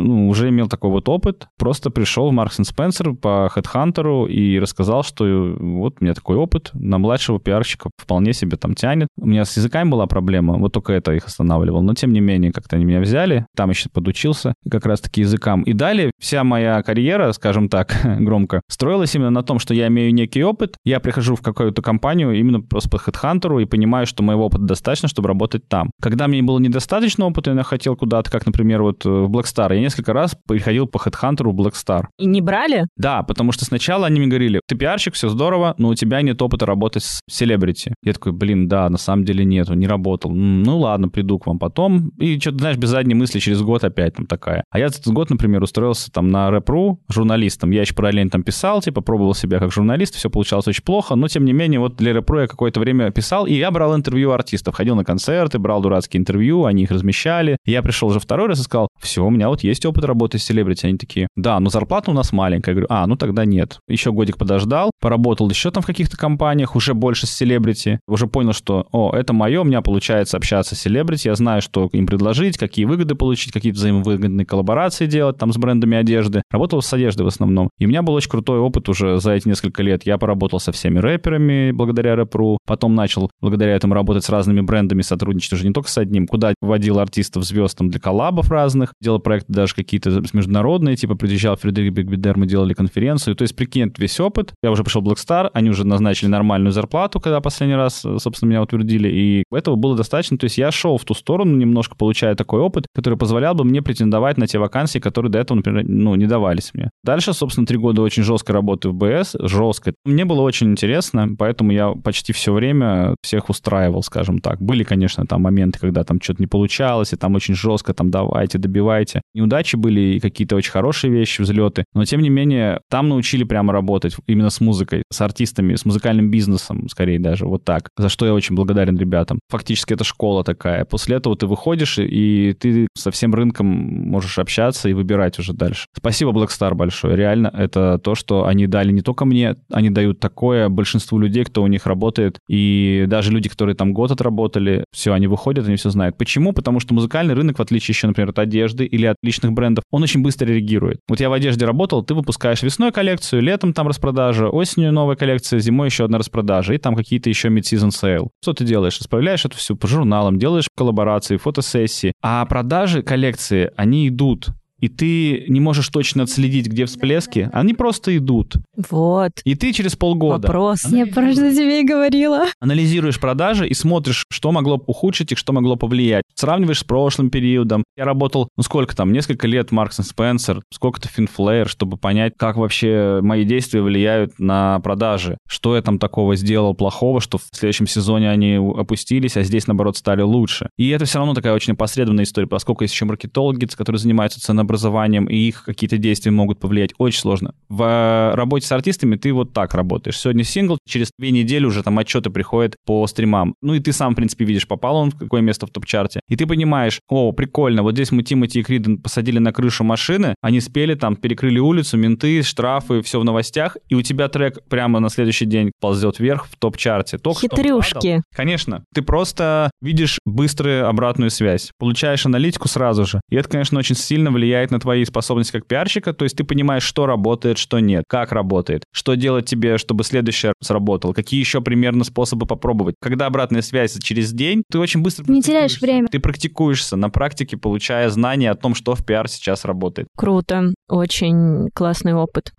ну, уже имел такой вот опыт, просто пришел в Marks энд Spencer по HeadHunter и рассказал, что вот у меня такой опыт, на младшего пиарщика вполне себе там тянет. У меня с языками была проблема, вот только это их останавливало, но тем не менее как-то они меня взяли, там еще подучился как раз-таки языкам. И далее вся моя карьера, скажем так, громко, строилась именно на том, что я имею некий опыт, я прихожу в какую-то компанию именно просто по HeadHunter и понимаю, что моего опыта достаточно, чтобы работать там. Когда мне было недостаточно опыта, я хотел куда-то, как, например, вот в Blackstar, я несколько раз приходил по HeadHunter в Blackstar. И не брали? Да, потому что сначала они мне говорили, ты пиарщик, все здорово, но у тебя нет опыта работать с селебрити. Я такой, блин, да, на самом деле нету, не работал. Ну ладно, приду к вам потом. И что-то, знаешь, без задней мысли через год опять там такая. А я этот год, например, устроился там на рэп точка ру журналистом. Я еще параллельно там писал, типа пробовал себя как журналист, все получалось очень плохо, но тем не менее вот для рэп точка ру я какое-то время писал, и я брал интервью артистов, ходил на концерты, брал дурацкие интервью, они их размещали. Я пришел уже второй раз и сказал, все, у меня вот есть опыт работы с селебрити. Они такие, да, но зарплата у нас маленькая. Я говорю, а, ну тогда нет. Еще годик подождал, поработал еще там в каких-то компаниях, уже больше с селебрити. Уже понял, что, о, это мое, у меня получается общаться с селебрити, я знаю, что им предложить, какие выгоды получить, какие взаимовыгодные коллаборации делать там с брендами одежды. Работал с одеждой в основном. И у меня был очень крутой опыт уже за эти несколько лет. Я поработал со всеми рэперами благодаря рэп точка ру, потом начал благодаря этому работать с разными брендами, сотрудничать уже не только с одним, куда вводил артистов звезд там для коллабов разных, делал проекты даже какие-то международные, типа приезжал Фредерик Бигбидер, мы делали конференцию. То есть, прикинь, весь опыт. Я уже пришел в Blackstar, они уже назначили нормальную зарплату, когда последний раз, собственно, меня утвердили, и этого было достаточно. То есть я шел в ту сторону, немножко получая такой опыт, который позволял бы мне претендовать на те вакансии, которые до этого, например, ну, не давались мне. Дальше, собственно, три года очень жесткой работы в БС, жестко. Мне было очень интересно, поэтому я почти все время всех устраивал, скажем так. Были, конечно, там моменты, когда там что-то не получалось, и там очень жестко, там, давайте, добивайте. Неудачи были и какие-то очень хорошие вещи, взлеты, но, тем не менее, там научили прямо работать именно с музыкой, с артистами, с музыкальным бизнесом, скорее даже, вот так, за что я очень благодарен ребятам. Фактически это школа такая. После этого ты выходишь, и ты со всем рынком можешь общаться и выбирать уже дальше. Спасибо Blackstar большое. Реально, это то, что они дали не только мне, они дают такое большинству людей, кто у них работает, и даже люди, которые там год отработали, все, они выходят, они все знают. Почему? Потому что музыкальный рынок, в отличие еще, например, от одежды или от личных брендов, он очень быстро реагирует. Вот я в одежде работал, ты выпускаешь весной коллекцию, летом там распродажа, осенью новая коллекция, зимой еще одна распродажа, и там какие-то еще mid-season sale. Что ты делаешь? Расправляешь это все по журналам, делаешь коллаборации, фотосессии. А продажи коллекции, они идут. И ты не можешь точно отследить, где всплески, они просто идут. Вот. И ты через полгода... Вопрос. Я про что тебе и говорила. Анализируешь продажи и смотришь, что могло ухудшить их, что могло повлиять. Сравниваешь с прошлым периодом. Я работал, ну сколько там, несколько лет в Marks энд Spencer, сколько-то Finflare, чтобы понять, как вообще мои действия влияют на продажи. Что я там такого сделал плохого, что в следующем сезоне они опустились, а здесь, наоборот, стали лучше. И это все равно такая очень опосредованная история, поскольку есть еще маркетологи, которые занимаются ценообразованием, образованием, и их какие-то действия могут повлиять. Очень сложно. В работе с артистами ты вот так работаешь. Сегодня сингл, через две недели уже там отчеты приходят по стримам. Ну и ты сам, в принципе, видишь, попал он в какое место в топ-чарте. И ты понимаешь, о, прикольно, вот здесь мы Тимати и Криден посадили на крышу машины, они спели там, перекрыли улицу, менты, штрафы, все в новостях, и у тебя трек прямо на следующий день ползет вверх в топ-чарте. Только хитрюшки. Конечно. Ты просто видишь быструю обратную связь, получаешь аналитику сразу же. И это, конечно, очень сильно влияет на твои способности как пиарщика, то есть ты понимаешь, что работает, что нет, как работает, что делать тебе, чтобы следующий раз сработал, какие еще примерно способы попробовать. Когда обратная связь через день, ты очень быстро не теряешь время. Ты практикуешься на практике, получая знания о том, что в пиар сейчас работает. Круто. Очень классный опыт.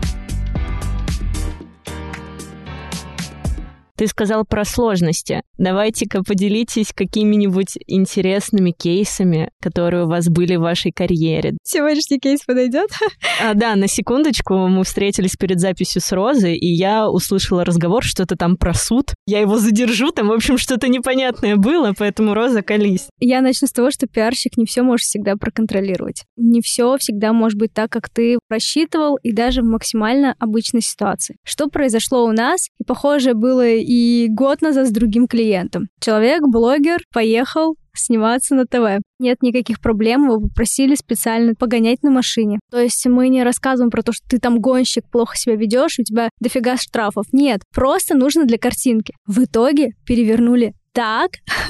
Ты сказал про сложности. Давайте-ка поделитесь какими-нибудь интересными кейсами, которые у вас были в вашей карьере. Сегодняшний кейс подойдет? А, да, на секундочку, мы встретились перед записью с Розой, и я услышала разговор, что-то там про суд. Я его задержу, там, в общем, что-то непонятное было, поэтому, Роза, колись. Я начну с того, что пиарщик не все может всегда проконтролировать. Не все всегда может быть так, как ты рассчитывал, и даже в максимально обычной ситуации. Что произошло у нас, и похоже было и год назад с другим клиентом. Человек, блогер, поехал сниматься на ТВ. Нет никаких проблем, его попросили специально погонять на машине. То есть мы не рассказываем про то, что ты там гонщик, плохо себя ведешь, у тебя дофига штрафов. Нет, просто нужно для картинки. В итоге перевернули так,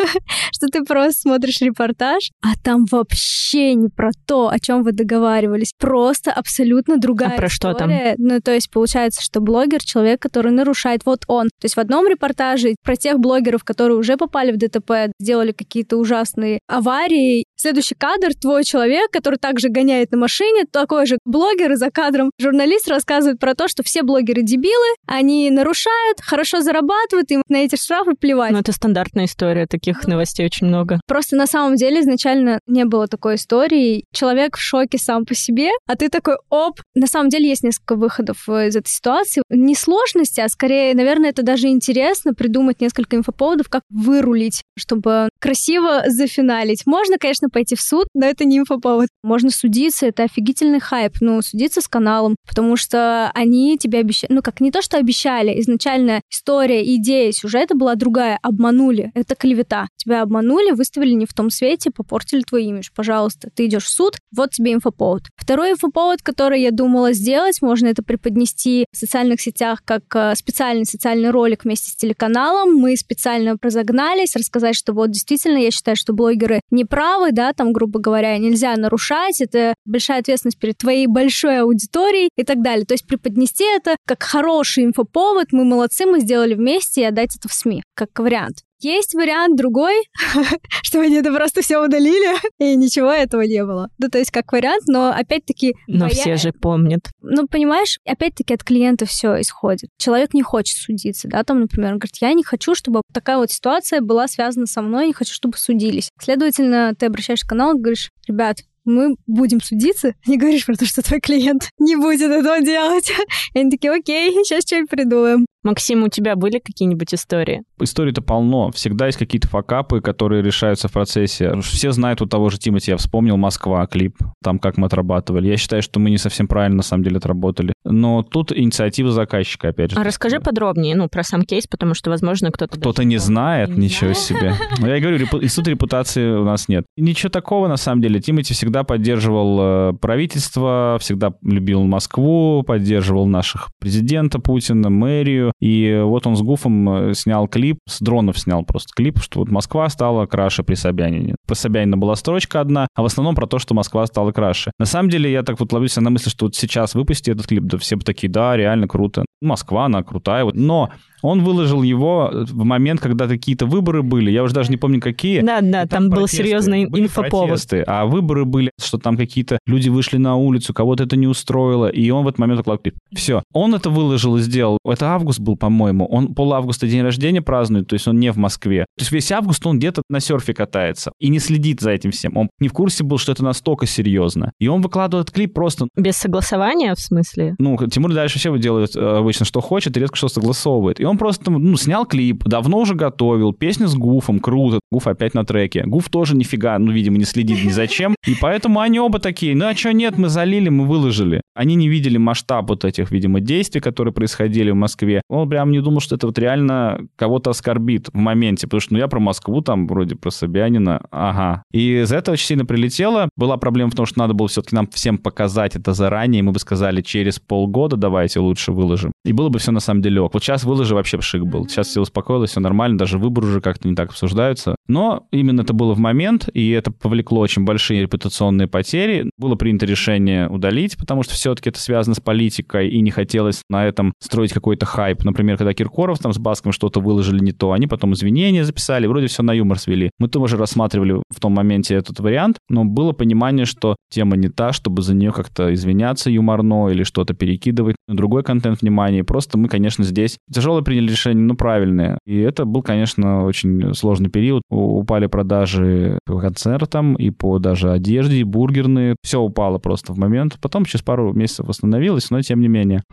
что ты просто смотришь репортаж, а там вообще не про то, о чем вы договаривались. Просто абсолютно другая а про история. Что там? Ну, то есть получается, что блогер — человек, который нарушает. Вот он. То есть в одном репортаже про тех блогеров, которые уже попали в ДТП, сделали какие-то ужасные аварии. Следующий кадр — твой человек, который также гоняет на машине, такой же блогер, и за кадром журналист рассказывает про то, что все блогеры дебилы, они нарушают, хорошо зарабатывают, им на эти штрафы плевать. Ну, это стандартная история, таких новостей очень много. Просто на самом деле изначально не было такой истории. Человек в шоке сам по себе, а ты такой, оп. На самом деле есть несколько выходов из этой ситуации. Не сложности, а скорее, наверное, это даже интересно придумать несколько инфоповодов, как вырулить, чтобы красиво зафиналить. Можно, конечно, пойти в суд, но это не инфоповод. Можно судиться, это офигительный хайп. Ну, судиться с каналом, потому что они тебе обещали... Ну, как не то, что обещали. Изначально история, идея, сюжета была другая. Обманули. Это клевета. Тебя обманули, выставили не в том свете, попортили твой имидж. Пожалуйста, ты идешь в суд, вот тебе инфоповод. Второй инфоповод, который я думала сделать, можно это преподнести в социальных сетях как специальный социальный ролик вместе с телеканалом. Мы специально разогнались, рассказать, что вот действительно я считаю, что блогеры не правы, да, там, грубо говоря, нельзя нарушать, это большая ответственность перед твоей большой аудиторией и так далее. То есть преподнести это как хороший инфоповод, мы молодцы, мы сделали вместе, и отдать это в СМИ, как вариант. Есть вариант другой, что они это просто все удалили, и ничего этого не было. Ну, то есть как вариант, но опять-таки... Но боя... все же помнят. Ну, понимаешь, опять-таки от клиента все исходит. Человек не хочет судиться, да, там, например, он говорит, я не хочу, чтобы такая вот ситуация была связана со мной, не хочу, чтобы судились. Следовательно, ты обращаешься к каналу и говоришь, ребят, мы будем судиться, не говоришь про то, что твой клиент не будет этого делать. И они такие, окей, сейчас что-нибудь придумаем. Максим, у тебя были какие-нибудь истории? Историй-то полно. Всегда есть какие-то факапы, которые решаются в процессе. Все знают у того же Тимати, я вспомнил «Москва» клип, там как мы отрабатывали. Я считаю, что мы не совсем правильно на самом деле отработали. Но тут инициатива заказчика, опять же. А расскажи подробнее, ну, про сам кейс, потому что, возможно, кто-то... Кто-то не знает, не ничего знает. Себе. Но я говорю, репу... институт репутации у нас нет. Ничего такого, на самом деле. Тимати всегда поддерживал правительство, всегда любил Москву, поддерживал наших президента Путина, мэрию. И вот он с Гуфом снял клип, с дронов снял просто клип, что вот Москва стала краше при Собянине. Про Собянина была строчка одна, а в основном про то, что Москва стала краше. На самом деле, я так вот ловлюсь на мысли, что вот сейчас выпусти этот клип, да все бы такие, да, реально круто. Москва, она крутая. Вот. Но он выложил его в момент, когда какие-то выборы были, я уже даже не помню, какие. Да-да, там, там был серьезный инфоповод. Протесты, а выборы были, что там какие-то люди вышли на улицу, кого-то это не устроило, и он в этот момент уклал клип. Все. Он это выложил и сделал. Это август был, по-моему. Он пол-августа день рождения празднует, то есть он не в Москве. То есть весь август он где-то на серфе катается и не следит за этим всем. Он не в курсе был, что это настолько серьезно. И он выкладывает клип просто... Без согласования, в смысле? Ну, Тимур дальше все делает обычно, что хочет, и редко что согласовывает. И он просто, ну, снял клип, давно уже готовил, песня с Гуфом, круто. Гуф опять на треке. Гуф тоже нифига, ну, видимо, не следит ни за чем. И поэтому они оба такие, ну, а что нет, мы залили, мы выложили. Они не видели масштаб вот этих, видимо, действий, которые происходили в Москве. Он прям не думал, что это вот реально кого-то оскорбит в моменте, потому что, ну, я про Москву там, вроде про Собянина, ага. И из этого очень сильно прилетело. Была проблема в том, что надо было все-таки нам всем показать это заранее, мы бы сказали, через полгода давайте лучше выложим. И было бы все на самом деле ок. Вот сейчас выложи вообще пшик был. Сейчас все успокоилось, все нормально, даже выборы уже как-то не так обсуждаются. Но именно это было в момент, и это повлекло очень большие репутационные потери. Было принято решение удалить, потому что все-таки это связано с политикой, и не хотелось на этом строить какой-то хайп. Например, когда Киркоров там с Баском что-то выложили не то, они потом извинения записали, вроде все на юмор свели. Мы тоже рассматривали в том моменте этот вариант, но было понимание, что тема не та, чтобы за нее как-то извиняться юморно или что-то перекидывать на другой контент внимания. Просто мы, конечно, здесь тяжелое приняли решение, но правильное. И это был, конечно, очень сложный период. Упали продажи по концертам и по даже одежде, и бургерные. Все упало просто в момент. Потом через пару месяцев восстановилось, но тем не менее.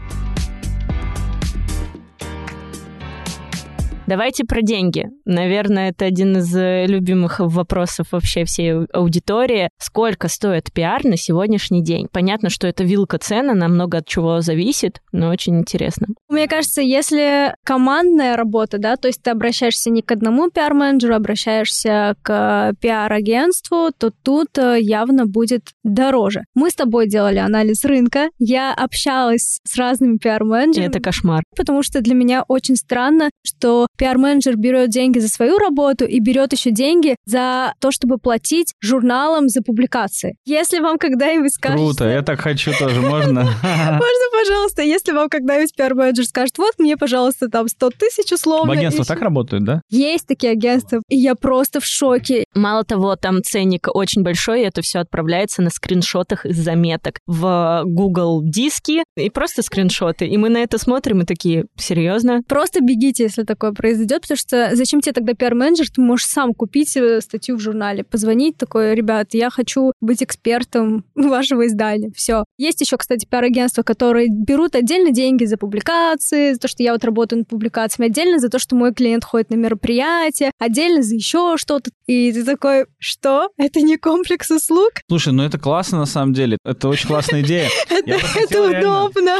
Давайте про деньги. Наверное, это один из любимых вопросов вообще всей аудитории. Сколько стоит пиар на сегодняшний день? Понятно, что это вилка цена, она много от чего зависит, но очень интересно. Мне кажется, если командная работа, да, то есть ты обращаешься не к одному пиар-менеджеру, обращаешься к пиар-агентству, то тут явно будет дороже. Мы с тобой делали анализ рынка, я общалась с разными пиар-менеджерами. Это кошмар. Потому что для меня очень странно, что пиар-менеджер берет деньги за свою работу и берет еще деньги за то, чтобы платить журналам за публикации. Если вам когда-нибудь скажут... Круто, я так хочу тоже, можно? Можно, пожалуйста, если вам когда-нибудь пиар-менеджер скажет, вот мне, пожалуйста, там сто тысяч условно. Агентства так работают, да? Есть такие агентства, и я просто в шоке. Мало того, там ценник очень большой, и это все отправляется на скриншотах из заметок в Google диски, и просто скриншоты. И мы на это смотрим и такие, серьезно? Просто бегите, если такое произойдет, потому что зачем тебе тогда пиар-менеджер? Ты можешь сам купить статью в журнале, позвонить такой, ребят, я хочу быть экспертом вашего издания. Все. Есть еще, кстати, пиар-агентства, которые берут отдельно деньги за публикации, за то, что я вот работаю над публикациями, отдельно за то, что мой клиент ходит на мероприятия, отдельно за еще что-то. И ты такой, что? Это не комплекс услуг? Слушай, ну это классно на самом деле. Это очень классная идея. Это удобно.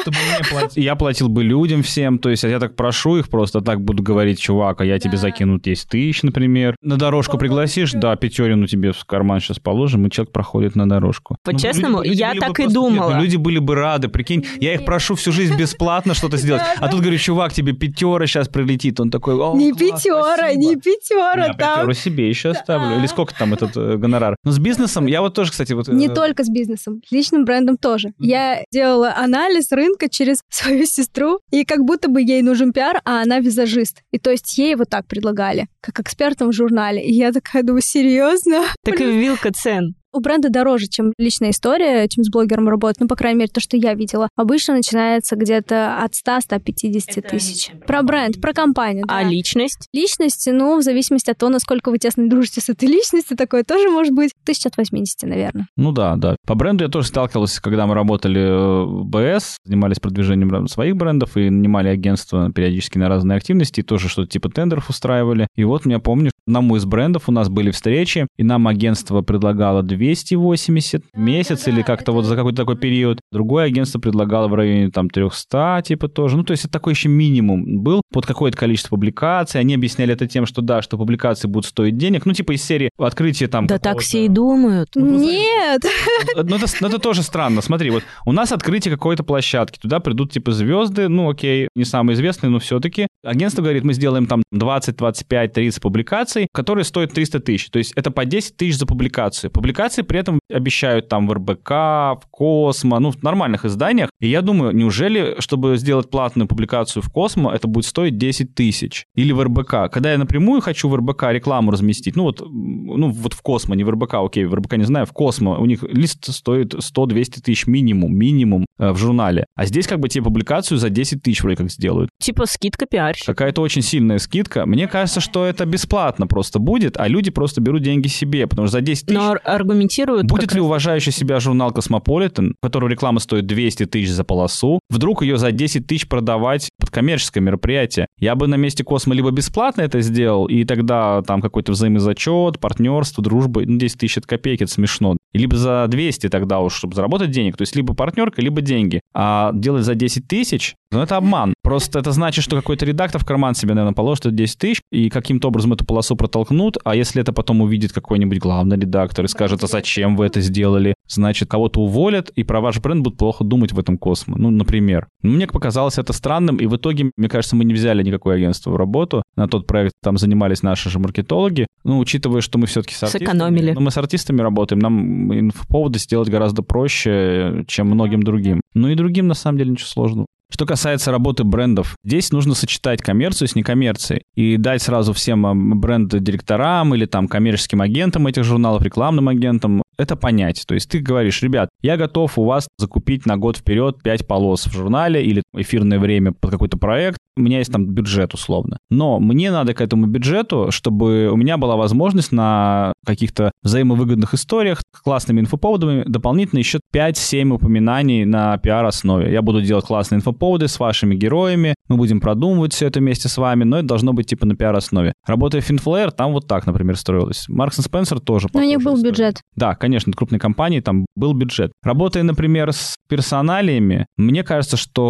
Я платил бы людям всем, то есть я так прошу их просто, так буду говорить, чувак, а я тебе закину десять тысяч, например. На дорожку пригласишь, да, пятерину тебе в карман сейчас положим, и человек проходит на дорожку. По-честному, я так и думала. Люди были бы рады, прикинь, я их прошу всю жизнь бесплатно что-то сделать, а тут говорю, чувак, тебе пятера сейчас прилетит, он такой, о, не пятера, не пятера, я пятеру себе еще оставлю, или сколько там этот э, гонорар. Но с бизнесом я вот тоже, кстати, вот... Не э... только с бизнесом, с личным брендом тоже. Mm-hmm. Я делала анализ рынка через свою сестру, и как будто бы ей нужен пиар, а она визажист. И то есть ей вот так предлагали, как экспертам в журнале. И я такая думаю, серьезно? Так и вилка цен. У бренда дороже, чем личная история, чем с блогером работать. Ну, по крайней мере, то, что я видела. Обычно начинается где-то от ста - ста пятидесяти тысяч. Про бренд, про компанию. А да. личность? Личность, ну, в зависимости от того, насколько вы тесно дружите с этой личностью, такое тоже может быть тысяч от восьмидесяти, наверное. Ну да, да. По бренду я тоже сталкивался, когда мы работали в БС, занимались продвижением своих брендов и нанимали агентства периодически на разные активности, и тоже что-то типа тендеров устраивали. И вот, я помню, на одному из брендов у нас были встречи, и нам агентство предлагало двести восемьдесят в месяц или как-то вот за какой-то такой период. Другое агентство предлагало в районе там триста, типа тоже. Ну, то есть это такой еще минимум был под какое-то количество публикаций. Они объясняли это тем, что да, что публикации будут стоить денег. Ну, типа из серии открытия там... Да так все и думают. Нет! Ну, это, это тоже странно. Смотри, вот у нас открытие какой-то площадки. Туда придут типа звезды, ну, окей, не самые известные, но все-таки. Агентство говорит, мы сделаем там двадцать, двадцать пять, тридцать публикаций, которые стоят триста тысяч. То есть это по десять тысяч за публикацию. Публикации при этом обещают там в эр бэ ка, в Космо, ну, в нормальных изданиях. И я думаю, неужели, чтобы сделать платную публикацию в Космо, это будет стоить десять тысяч? Или в эр бэ ка? Когда я напрямую хочу в эр бэ ка рекламу разместить, ну вот, ну, вот в Космо, не в эр бэ ка, окей, в эр бэ ка не знаю, в Космо, у них лист стоит сто-двести тысяч минимум, минимум э, в журнале. А здесь как бы тебе публикацию за десять тысяч вроде как сделают. Типа скидка пиарщик. Какая-то очень сильная скидка. Мне кажется, что это бесплатно просто будет, а люди просто берут деньги себе, потому что за десять тысяч... Но аргументируют... Будет ли уважающий себя журнал «Космополитен», у которого реклама стоит двести тысяч за полосу, вдруг ее за десять тысяч продавать под коммерческое мероприятие? Я бы на месте Космо либо бесплатно это сделал, и тогда там какой-то взаимозачет, партнерство, дружба, ну, десять тысяч — это копейки, это смешно. И либо за двести тогда уж, чтобы заработать денег, то есть либо партнерка, либо деньги. А делать за десять тысяч, ну, это обман. Просто это значит, что какой-то редактор в карман себе, наверное, положит это десять тысяч, и каким-то образом эту полосу протолкнут, а если это потом увидит какой-нибудь главный редактор и скажет, а зачем вы это сделали, значит, кого-то уволят, и про ваш бренд будут плохо думать в этом Космо. Ну, например. Мне показалось это странным, и в итоге, мне кажется, мы не взяли никакое агентство в работу. На тот проект там занимались наши же маркетологи. Ну, учитывая, что мы все-таки с артистами... Сэкономили. Ну, мы с артистами работаем, нам инфоповоды сделать гораздо проще, чем многим другим. Ну и другим, на самом деле, ничего сложного. Что касается работы брендов, здесь нужно сочетать коммерцию с некоммерцией и дать сразу всем бренд-директорам или там коммерческим агентам этих журналов, рекламным агентам это понять. То есть ты говоришь, ребят, я готов у вас закупить на год вперед пять полос в журнале или эфирное время под какой-то проект. У меня есть там бюджет условно. Но мне надо к этому бюджету, чтобы у меня была возможность на каких-то взаимовыгодных историях, классными инфоповодами дополнительно еще пять-семь упоминаний на пиар-основе. Я буду делать классные инфоповоды с вашими героями, мы будем продумывать все это вместе с вами, но это должно быть типа на пиар-основе. Работая в Finflare, там вот так, например, строилось. Marks энд Spencer тоже. Но у них был история. Бюджет. Да, конечно, крупной компании там был бюджет. Работая, например, с персоналиями, мне кажется, что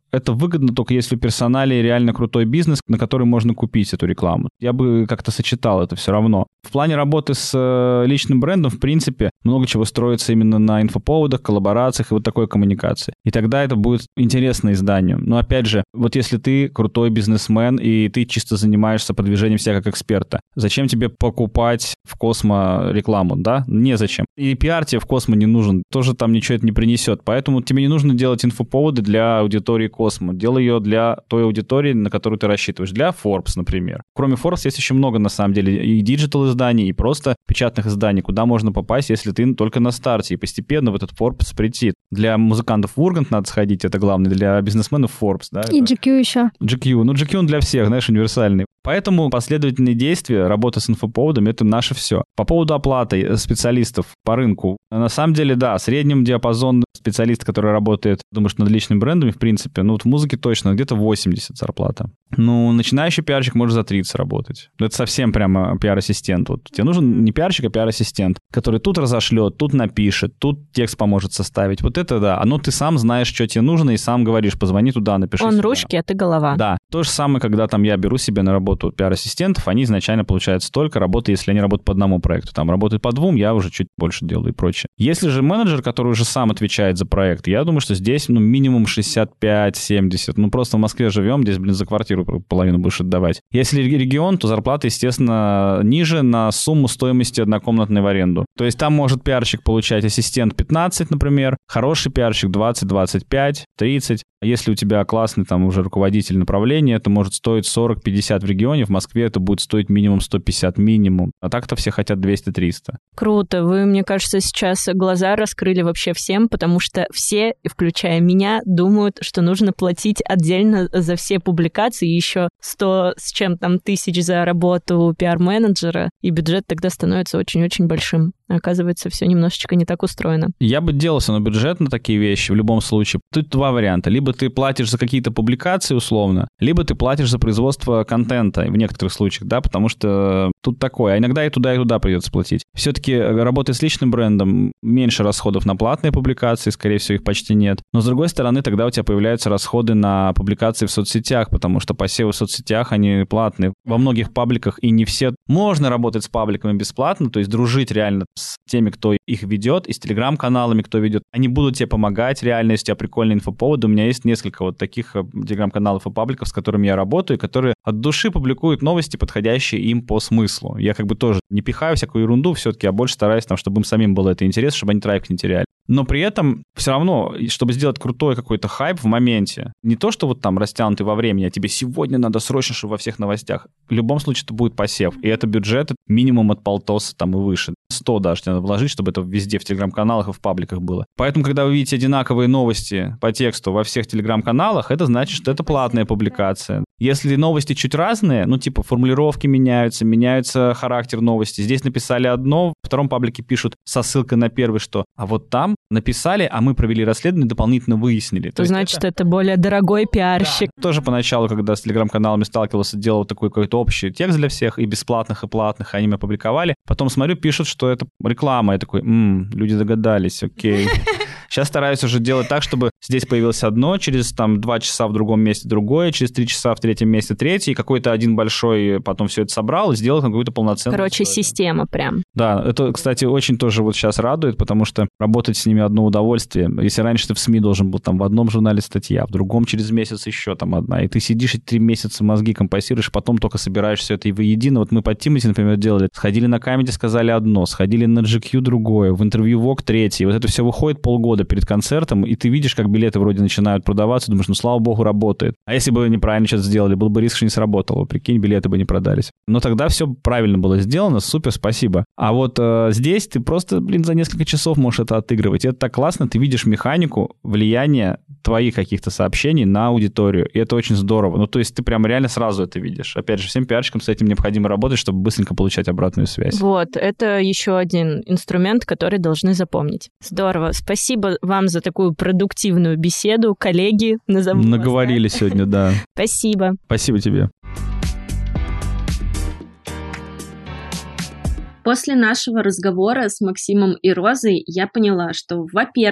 это выгодно только если в персонале реально крутой бизнес, на который можно купить эту рекламу. Я бы как-то сочетал это все равно. В плане работы с личным брендом, в принципе, много чего строится именно на инфоповодах, коллаборациях и вот такой коммуникации. И тогда это будет интересно изданию. Но опять же, вот если ты крутой бизнесмен и ты чисто занимаешься продвижением себя как эксперта, зачем тебе покупать в Космо рекламу, да? Незачем. И пиар тебе в Космо не нужен, тоже там ничего это не принесет. Поэтому тебе не нужно делать инфоповоды для аудитории Космо. Делай ее для той аудитории, на которую ты рассчитываешь. Для Forbes, например. Кроме Forbes есть еще много, на самом деле, и диджитал-изданий, и просто печатных изданий, куда можно попасть, если ты только на старте, и постепенно в этот Forbes прийти. Для музыкантов в Ургант надо сходить, это главное, для бизнесменов Forbes, да? И джи кью еще. джи кью. Ну, джи кью он для всех, знаешь, универсальный. Поэтому последовательные действия, работа с инфоповодами — это наше все. По поводу оплаты специалистов по рынку. На самом деле, да, средним диапазон специалиста, который работает, думаешь, над личными брендами, в принципе, ну, вот в музыке точно, где-то восемьдесят зарплата. Ну, начинающий пиарщик может за тридцать работать. Это совсем прямо пиар-ассистент. Вот тебе нужен не пиарщик, а пиар-ассистент, который тут разошлет, тут напишет, тут текст поможет составить. Вот это да. Оно ты сам знаешь, что тебе нужно, и сам говоришь, позвони туда, напиши Он сюда. ручки, а ты голова. Да. То же самое, когда там я беру себе на работу пиар-ассистентов, они изначально получают столько работы, если они работают по одному проекту. Там работают по двум, я уже чуть больше делаю и прочее. Если же менеджер, который уже сам отвечает за проект, я думаю, что здесь, ну, минимум шестьдесят пять семьдесят. Ну, просто в Москве живем, здесь, блин, за квартиру половину будешь отдавать. Если регион, то зарплата, естественно, ниже на сумму стоимости однокомнатной в аренду. То есть там может пиарщик получать ассистент пятнадцать, например, хороший пиарщик двадцать, двадцать пять, тридцать. А если у тебя классный там уже руководитель направления, это может стоить сорок пятьдесят в регионе, в Москве это будет стоить минимум сто пятьдесят минимум. А так-то все хотят двести-триста. Круто. Вы, мне кажется, сейчас глаза раскрыли вообще всем, потому что все, включая меня, думают, что нужно платить отдельно за все публикации, еще сто с чем там тысяч за работу пиар-менеджера, и бюджет тогда становится очень-очень большим. Оказывается, все немножечко не так устроено. Я бы делался на бюджет на такие вещи в любом случае. Тут два варианта. Либо ты платишь за какие-то публикации условно, либо ты платишь за производство контента в некоторых случаях, да, потому что тут такое. А иногда и туда, и туда придется платить. Все-таки работая с личным брендом, меньше расходов на платные публикации, скорее всего, их почти нет. Но, с другой стороны, тогда у тебя появляются расходы на публикации в соцсетях, потому что посевы в соцсетях, они платные. Во многих пабликах, и не все... Можно работать с пабликами бесплатно, то есть дружить реально с теми, кто их ведет, и с телеграм-каналами, кто ведет. Они будут тебе помогать реально, если у тебя прикольные инфоповоды. У меня есть несколько вот таких телеграм-каналов и пабликов, с которыми я работаю, которые от души публикуют новости, подходящие им по смыслу. Я как бы тоже не пихаю всякую ерунду все-таки, а больше стараюсь, там, чтобы им самим было это интересно, чтобы они трафик не теряли. Но при этом все равно, чтобы сделать крутой какой-то хайп в моменте, не то, что вот там растянутый во времени, а тебе сегодня надо срочно, чтобы во всех новостях. В любом случае это будет посев. И это бюджет минимум от полтоса там и выше. сто даже тебе надо вложить, чтобы это везде в телеграм-каналах и в пабликах было. Поэтому, когда вы видите одинаковые новости по тексту во всех телеграм-каналах, это значит, что это платная публикация. Если новости чуть разные, ну, типа формулировки меняются, меняется характер новости. Здесь написали одно, в втором паблике пишут со ссылкой на первый, что а вот там написали, а мы провели расследование, дополнительно выяснили. То, То значит, это... это более дорогой пиарщик. Да. Тоже поначалу, когда с телеграм-каналами сталкивался, делал такой какой-то общий текст для всех, и бесплатных, и платных, они меня опубликовали. Потом смотрю, пишут, что это реклама. Я такой, м-м, люди догадались, окей. Сейчас стараюсь уже делать так, чтобы здесь появилось одно, через там два часа в другом месте другое, через три часа в третьем месте третье, и какой-то один большой потом все это собрал и сделал какую-то полноценную Короче, историю. Система прям. Да, это, кстати, очень тоже вот сейчас радует, потому что работать с ними одно удовольствие. Если раньше ты в СМИ должен был там в одном журнале статья, в другом через месяц еще там одна, и ты сидишь и три месяца мозги компостируешь, потом только собираешь все это и воедино. Вот мы под Тимати, например, делали, сходили на Камеди, сказали одно, сходили на джи кью другое, в интервью Вог третье. Вот это все выходит полгода перед концертом, и ты видишь, как билеты вроде начинают продаваться, думаешь, ну, слава богу, работает. А если бы неправильно что-то сделали, был бы риск, что не сработало. Прикинь, билеты бы не продались. Но тогда все правильно было сделано, супер, спасибо. А вот э, здесь ты просто, блин, за несколько часов можешь это отыгрывать. И это так классно, ты видишь механику влияния твоих каких-то сообщений на аудиторию. И это очень здорово. Ну, то есть ты прям реально сразу это видишь. Опять же, всем пиарщикам с этим необходимо работать, чтобы быстренько получать обратную связь. Вот, это еще один инструмент, который должны запомнить. Здорово. Спасибо вам за такую продуктивную беседу. Коллеги, назову Наговорили вас, да? сегодня, да. Спасибо. Спасибо тебе. После нашего разговора с Максимом и Розой я поняла, что, во-первых,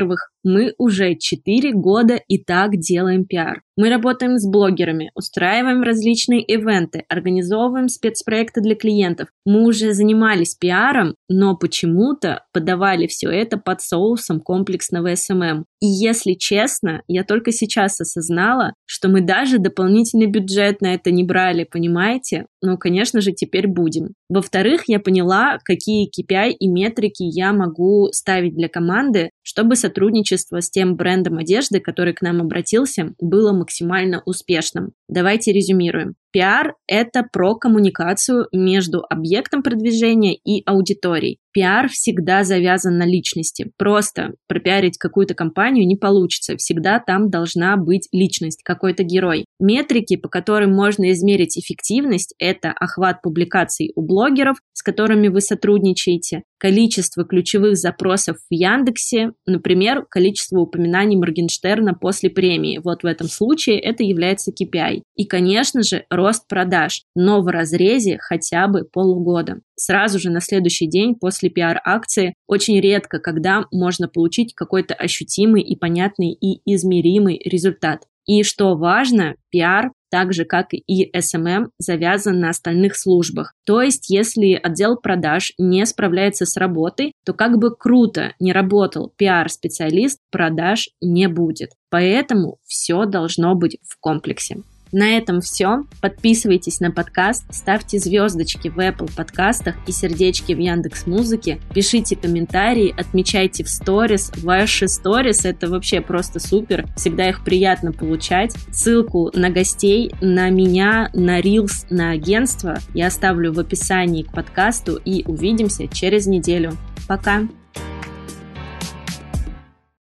Мы уже четыре года и так делаем пиар. Мы работаем с блогерами, устраиваем различные ивенты, организовываем спецпроекты для клиентов. Мы уже занимались пиаром, но почему-то подавали все это под соусом комплексного эс эм эм. И если честно, я только сейчас осознала, что мы даже дополнительный бюджет на это не брали, понимаете? Ну, конечно же, теперь будем. Во-вторых, я поняла, какие кей пи ай и метрики я могу ставить для команды, чтобы сотрудничество с тем брендом одежды, который к нам обратился, было максимально успешным. Давайте резюмируем. Пиар – это про коммуникацию между объектом продвижения и аудиторией. Пиар всегда завязан на личности. Просто пропиарить какую-то компанию не получится. Всегда там должна быть личность, какой-то герой. Метрики, по которым можно измерить эффективность – это охват публикаций у блогеров, с которыми вы сотрудничаете, количество ключевых запросов в Яндексе, например, количество упоминаний Моргенштерна после премии. Вот в этом случае это является кей пи ай. И, конечно же, рост продаж, но в разрезе хотя бы полугода. Сразу же на следующий день после пиар-акции очень редко, когда можно получить какой-то ощутимый и понятный и измеримый результат. И что важно, пиар, так же как и эс эм эм, завязан на остальных службах. То есть, если отдел продаж не справляется с работой, то как бы круто не работал пиар-специалист, продаж не будет. Поэтому все должно быть в комплексе. На этом все. Подписывайтесь на подкаст, ставьте звездочки в Apple подкастах и сердечки в Яндекс.Музыке, пишите комментарии, отмечайте в сторис. Ваши сторис — это вообще просто супер, всегда их приятно получать. Ссылку на гостей, на меня, на Reels, на агентство я оставлю в описании к подкасту, и увидимся через неделю. Пока!